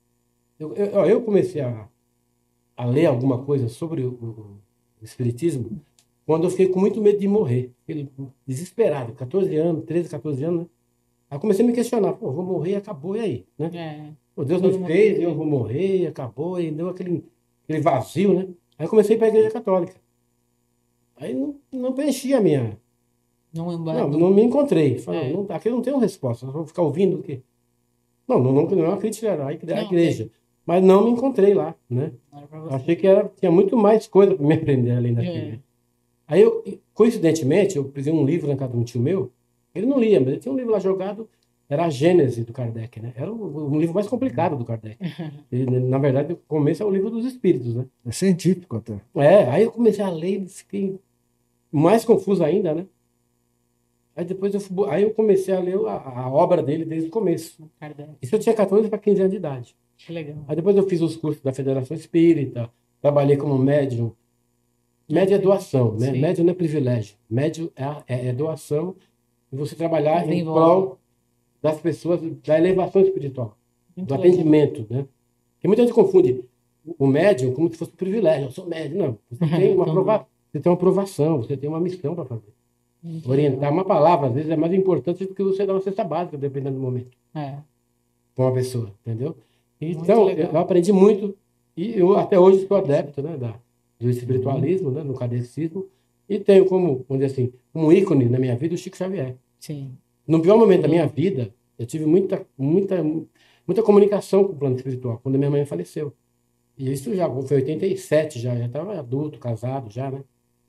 Eu comecei a ler alguma coisa sobre o espiritismo quando eu fiquei com muito medo de morrer. Fiquei desesperado, 14 anos, 13, 14 anos, né? Aí eu comecei a me questionar, pô, vou morrer e acabou, e aí? Né? É. Pô, Deus Todo me mundo fez, tem. eu vou morrer, e acabou, e deu aquele vazio, né? Aí eu comecei para a igreja católica. Aí não preenchi a minha... Não me encontrei. Falei, aqui eu não tenho resposta, eu vou ficar ouvindo o quê? Não é uma crítica à igreja. Mas não me encontrei lá, né? Não era pra Eu você. achei que tinha muito mais coisa para me aprender além daquilo. Aí coincidentemente, eu peguei um livro na casa de um tio meu, ele não lia, mas ele tinha um livro lá jogado, era a Gênese do Kardec, né? Era um livro mais complicado do Kardec. Na verdade, o começo é o livro dos espíritos, né? É científico até. Aí eu comecei a ler e fiquei mais confuso ainda, né? Aí depois eu comecei a ler a obra dele desde o começo. Kardec. Isso eu tinha 14 para 15 anos de idade. Que legal. Aí depois eu fiz os cursos da Federação Espírita, trabalhei como médium. Médium é doação, né? Sim. Médium não é privilégio. Médium é doação e você trabalhar em Desenvolve. prol das pessoas, da elevação espiritual, Muito do legal. atendimento, né? Porque muita gente confunde o médium como se fosse um privilégio. Eu sou médium. Não, você tem você tem uma aprovação, você tem uma missão para fazer. Muito Orientar legal. uma palavra, às vezes, é mais importante do que você dar uma cesta básica, dependendo do momento, É. para uma pessoa, entendeu? Muito Então, legal. eu aprendi muito e eu até hoje sou adepto, né, do espiritualismo, né, no kardecismo, e tenho como, vamos dizer assim, um ícone na minha vida o Chico Xavier. Sim. No pior momento da minha vida, eu tive muita comunicação com o plano espiritual, quando a minha mãe faleceu. E isso já foi 87, já estava adulto, casado já, né?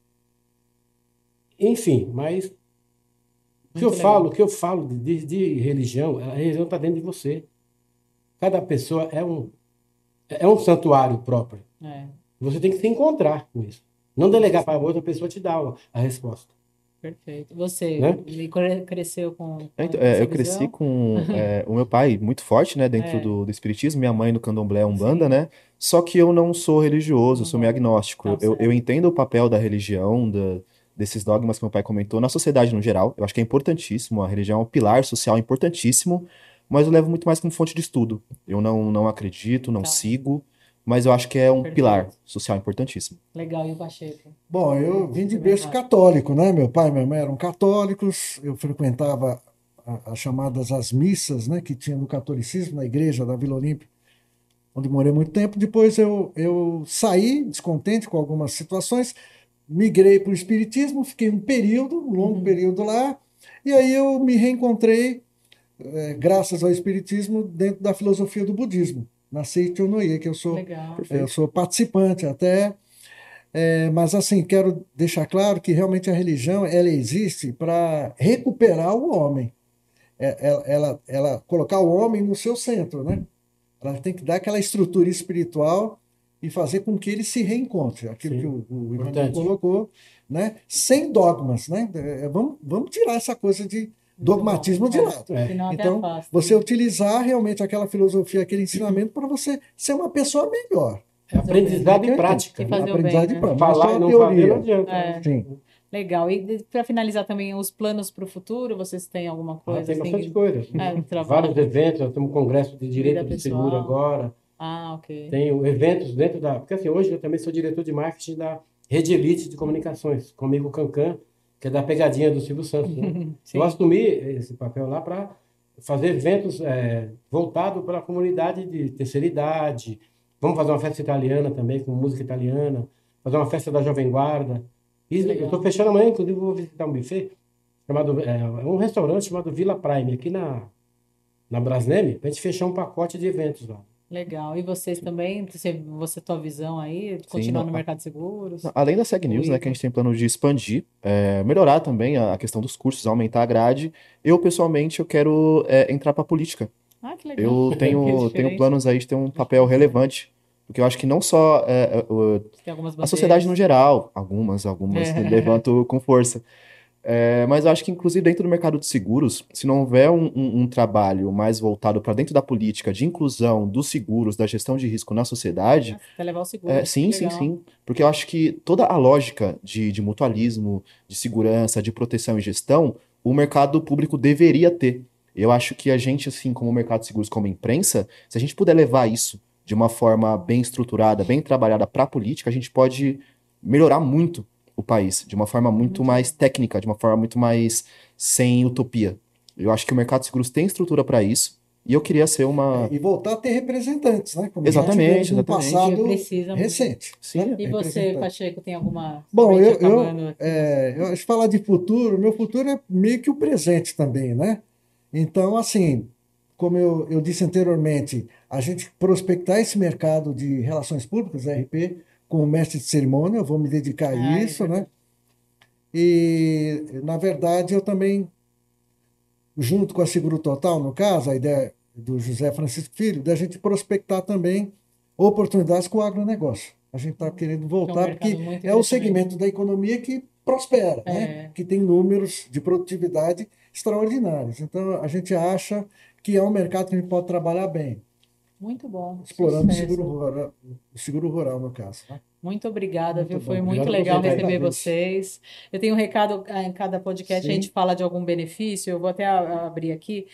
Enfim, mas Muito legal. o que eu falo de religião, a religião está dentro de você. Cada pessoa é um santuário próprio. É. Você tem que se encontrar com isso. Não delegar para outra pessoa te dar a resposta. Perfeito. Você Né? cresceu com Então, essa eu cresci visão? com o meu pai muito forte, né, dentro É. do espiritismo, minha mãe no candomblé, umbanda, Sim. né? Só que eu não sou religioso, eu Não sou meio vai. agnóstico. Tá Eu certo. entendo o papel da religião, desses dogmas que meu pai comentou na sociedade no geral. Eu acho que é importantíssimo, a religião é um pilar social importantíssimo, mas eu levo muito mais como fonte de estudo. Eu não acredito, não Tá. sigo, mas eu acho que é um Perfeito. pilar social importantíssimo. Legal. E o Pacheco? Bom, eu vim de berço católico, né? Meu pai e minha mãe eram católicos, eu frequentava as chamadas as missas, né, que tinha no catolicismo, na igreja da Vila Olímpia. onde morei muito tempo. Depois eu saí descontente com algumas situações, migrei para o espiritismo, fiquei um longo período lá, e aí eu me reencontrei, graças ao espiritismo, dentro da filosofia do budismo, na Seito Noye, que Legal. eu sou participante até. Mas assim, quero deixar claro que realmente a religião ela existe para recuperar o homem. Ela colocar o homem no seu centro, né? Ela tem que dar aquela estrutura espiritual e fazer com que ele se reencontre, aquilo Sim, que o Ivan importante. colocou, né? Sem dogmas, né? Vamos tirar essa coisa de dogmatismo de lado. Senão até Então, afasta. você utilizar realmente aquela filosofia, aquele ensinamento para você ser uma pessoa melhor. É aprendizado e prática. E né? fazer o Aprendizado bem, de né? prática. Não é Falar só e não teoria. fazer não adianta. É. Sim. Legal. E para finalizar também, os planos para o futuro, vocês têm alguma coisa Tem assim? bastante coisa. Um trabalho. Vários eventos, nós temos um congresso de direito Vida do seguro pessoal. agora. Ah, ok. Tenho eventos dentro da... Porque assim, hoje eu também sou diretor de marketing da Rede Elite de Comunicações, comigo o Cancan, que é da pegadinha do Silvio Santos. Né? Sim. Eu assumi esse papel lá para fazer eventos voltados para a comunidade de terceira idade. Vamos fazer uma festa italiana também, com música italiana. Fazer uma festa da Jovem Guarda. E eu estou fechando amanhã, inclusive vou visitar um buffet, um restaurante chamado Vila Prime, aqui na Brasnem, para a gente fechar um pacote de eventos lá. Legal. E vocês também? Tua visão aí? Continuar não, no mercado de seguros? Além da Seg News, né, que a gente tem plano de expandir, melhorar também a questão dos cursos, aumentar a grade. Eu, pessoalmente, eu quero entrar para a política. Ah, que legal. Eu Que tenho diferente. planos aí de ter um papel relevante, porque eu acho que não só Tem algumas a sociedade no bandeiras. geral, algumas levanto com força. Mas eu acho que, inclusive, dentro do mercado de seguros, se não houver um trabalho mais voltado para dentro da política de inclusão dos seguros, da gestão de risco na sociedade, Até levar o seguro. sim, Que legal. sim. Porque eu acho que toda a lógica de mutualismo, de segurança, de proteção e gestão, o mercado público deveria ter. Eu acho que a gente, assim, como mercado de seguros, como imprensa, se a gente puder levar isso de uma forma bem estruturada, bem trabalhada para a política, a gente pode melhorar muito o país, de uma forma muito mais técnica, de uma forma muito mais sem utopia. Eu acho que o mercado de seguros tem estrutura para isso, e eu queria ser uma... E voltar a ter representantes, né? Como Exatamente, a gente vê no exatamente. passado Precisa muito. recente. Sim. né? E você, Representante. Pacheco, tem alguma... Bom, somente acabando? eu acho que falar de futuro, meu futuro é meio que o presente também, né? Então, assim, como eu disse anteriormente, a gente prospectar esse mercado de relações públicas, RP, como mestre de cerimônia, eu vou me dedicar a isso, né? E, na verdade, eu também, junto com a Seguro Total, no caso, a ideia do José Francisco Filho, da gente prospectar também oportunidades com o agronegócio. A gente está querendo voltar, mercado porque muito é o crescimento. segmento da economia que prospera, né? Que tem números de produtividade extraordinários. Então, a gente acha que é um mercado que a gente pode trabalhar bem, Muito bom. explorando Sucesso. o seguro rural, no caso. Né? Muito obrigada, Muito viu? bom. Foi muito Obrigado a legal você, receber Thaís. vocês. Eu tenho um recado em cada podcast, a Sim. gente fala de algum benefício, eu vou até abrir aqui.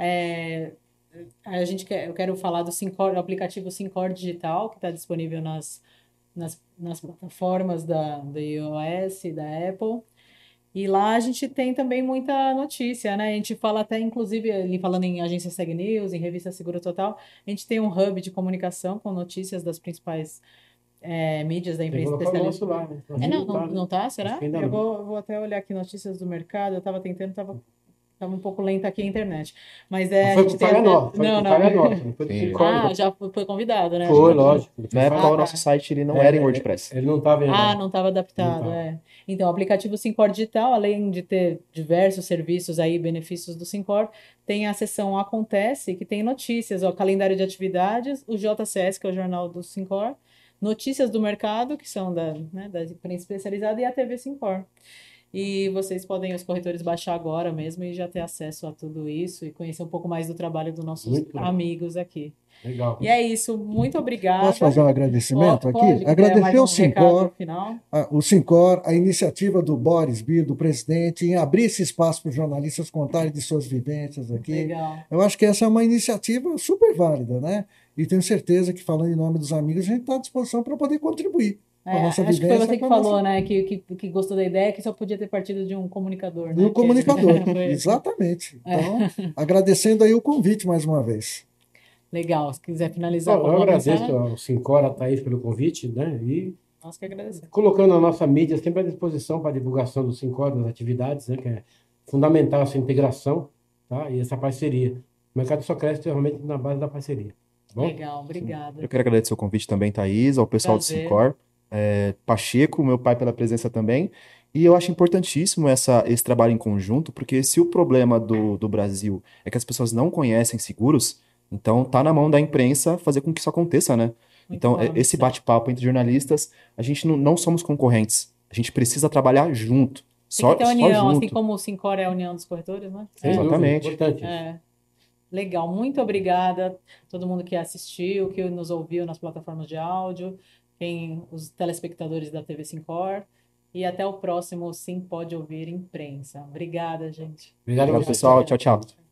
Eu quero falar do do aplicativo Syncor Digital, que está disponível nas plataformas da iOS e da Apple. E lá a gente tem também muita notícia, né? A gente fala até, inclusive, ali falando em agência Seg News, em revista Seguro Total, a gente tem um hub de comunicação com notícias das principais mídias da Tem que imprensa colocar o especializada. nosso lá. Né? Não tá? Será? Acho que ainda Eu não. vou até olhar aqui notícias do mercado. Eu estava tentando, estava um pouco lenta aqui a internet. Mas Não a foi gente por tem falha até... nossa, foi Não, por não. falha nossa. Não foi do Sim. Sicório. Já foi convidado, né? Foi, lógico. Na época, o tá. nosso site ele não era em WordPress. Ele não estava ainda. Não estava adaptado, Não tava. Então, o aplicativo Syncor Digital, além de ter diversos serviços aí, benefícios do Syncor, tem a seção Acontece, que tem notícias, calendário de atividades, o JCS, que é o jornal do Syncor, notícias do mercado, que são da imprensa especializada, e a TV Syncor. E vocês podem, os corretores, baixar agora mesmo e já ter acesso a tudo isso e conhecer um pouco mais do trabalho dos nossos Muito legal. amigos aqui. Legal. E é isso, muito obrigada. Posso fazer um agradecimento Pode, aqui? quiser Agradecer mais ao um recado Syncor, final. o Syncor, a iniciativa do Boris Bia, do presidente, em abrir esse espaço para os jornalistas contarem de suas vivências aqui. Legal. Eu acho que essa é uma iniciativa super válida, né? E tenho certeza que, falando em nome dos amigos, a gente está à disposição para poder contribuir com a nossa Acho que foi vivência. você que com a falou, nossa... né? Que gostou da ideia, que só podia ter partido de um comunicador, né? Do comunicador, Foi- exatamente. Então, agradecendo aí o convite mais uma vez. Legal. Se quiser finalizar Bom, com eu alguma agradeço mensagem, ao Sincor, a Thaís, pelo convite, né? E nós que agradecemos. colocando a nossa mídia sempre à disposição para a divulgação do Sincor, das atividades, né? Que é fundamental essa integração, tá? E essa parceria. O mercado só cresce realmente na base da parceria. Tá bom? Legal, obrigada. Eu quero agradecer o convite também, Thaís, ao pessoal do Prazer. Sincor, Pacheco, meu pai, pela presença também. E eu acho importantíssimo esse trabalho em conjunto, porque se o problema do Brasil é que as pessoas não conhecem seguros, então tá na mão da imprensa fazer com que isso aconteça, né? Muito Então, bom, esse Marcelo. bate-papo entre jornalistas, a gente não somos concorrentes. A gente precisa trabalhar junto. Tem Só, que ter só união, assim junto. como o Sincor é a união dos corretores, né? Sem dúvida, Exatamente. importante isso. É. Legal, muito obrigada a todo mundo que assistiu, que nos ouviu nas plataformas de áudio, os telespectadores da TV Sincor. E até o próximo Sim Pode Ouvir Imprensa. Obrigada, gente. Obrigado a Obrigado, você. pessoal. Tchau, tchau.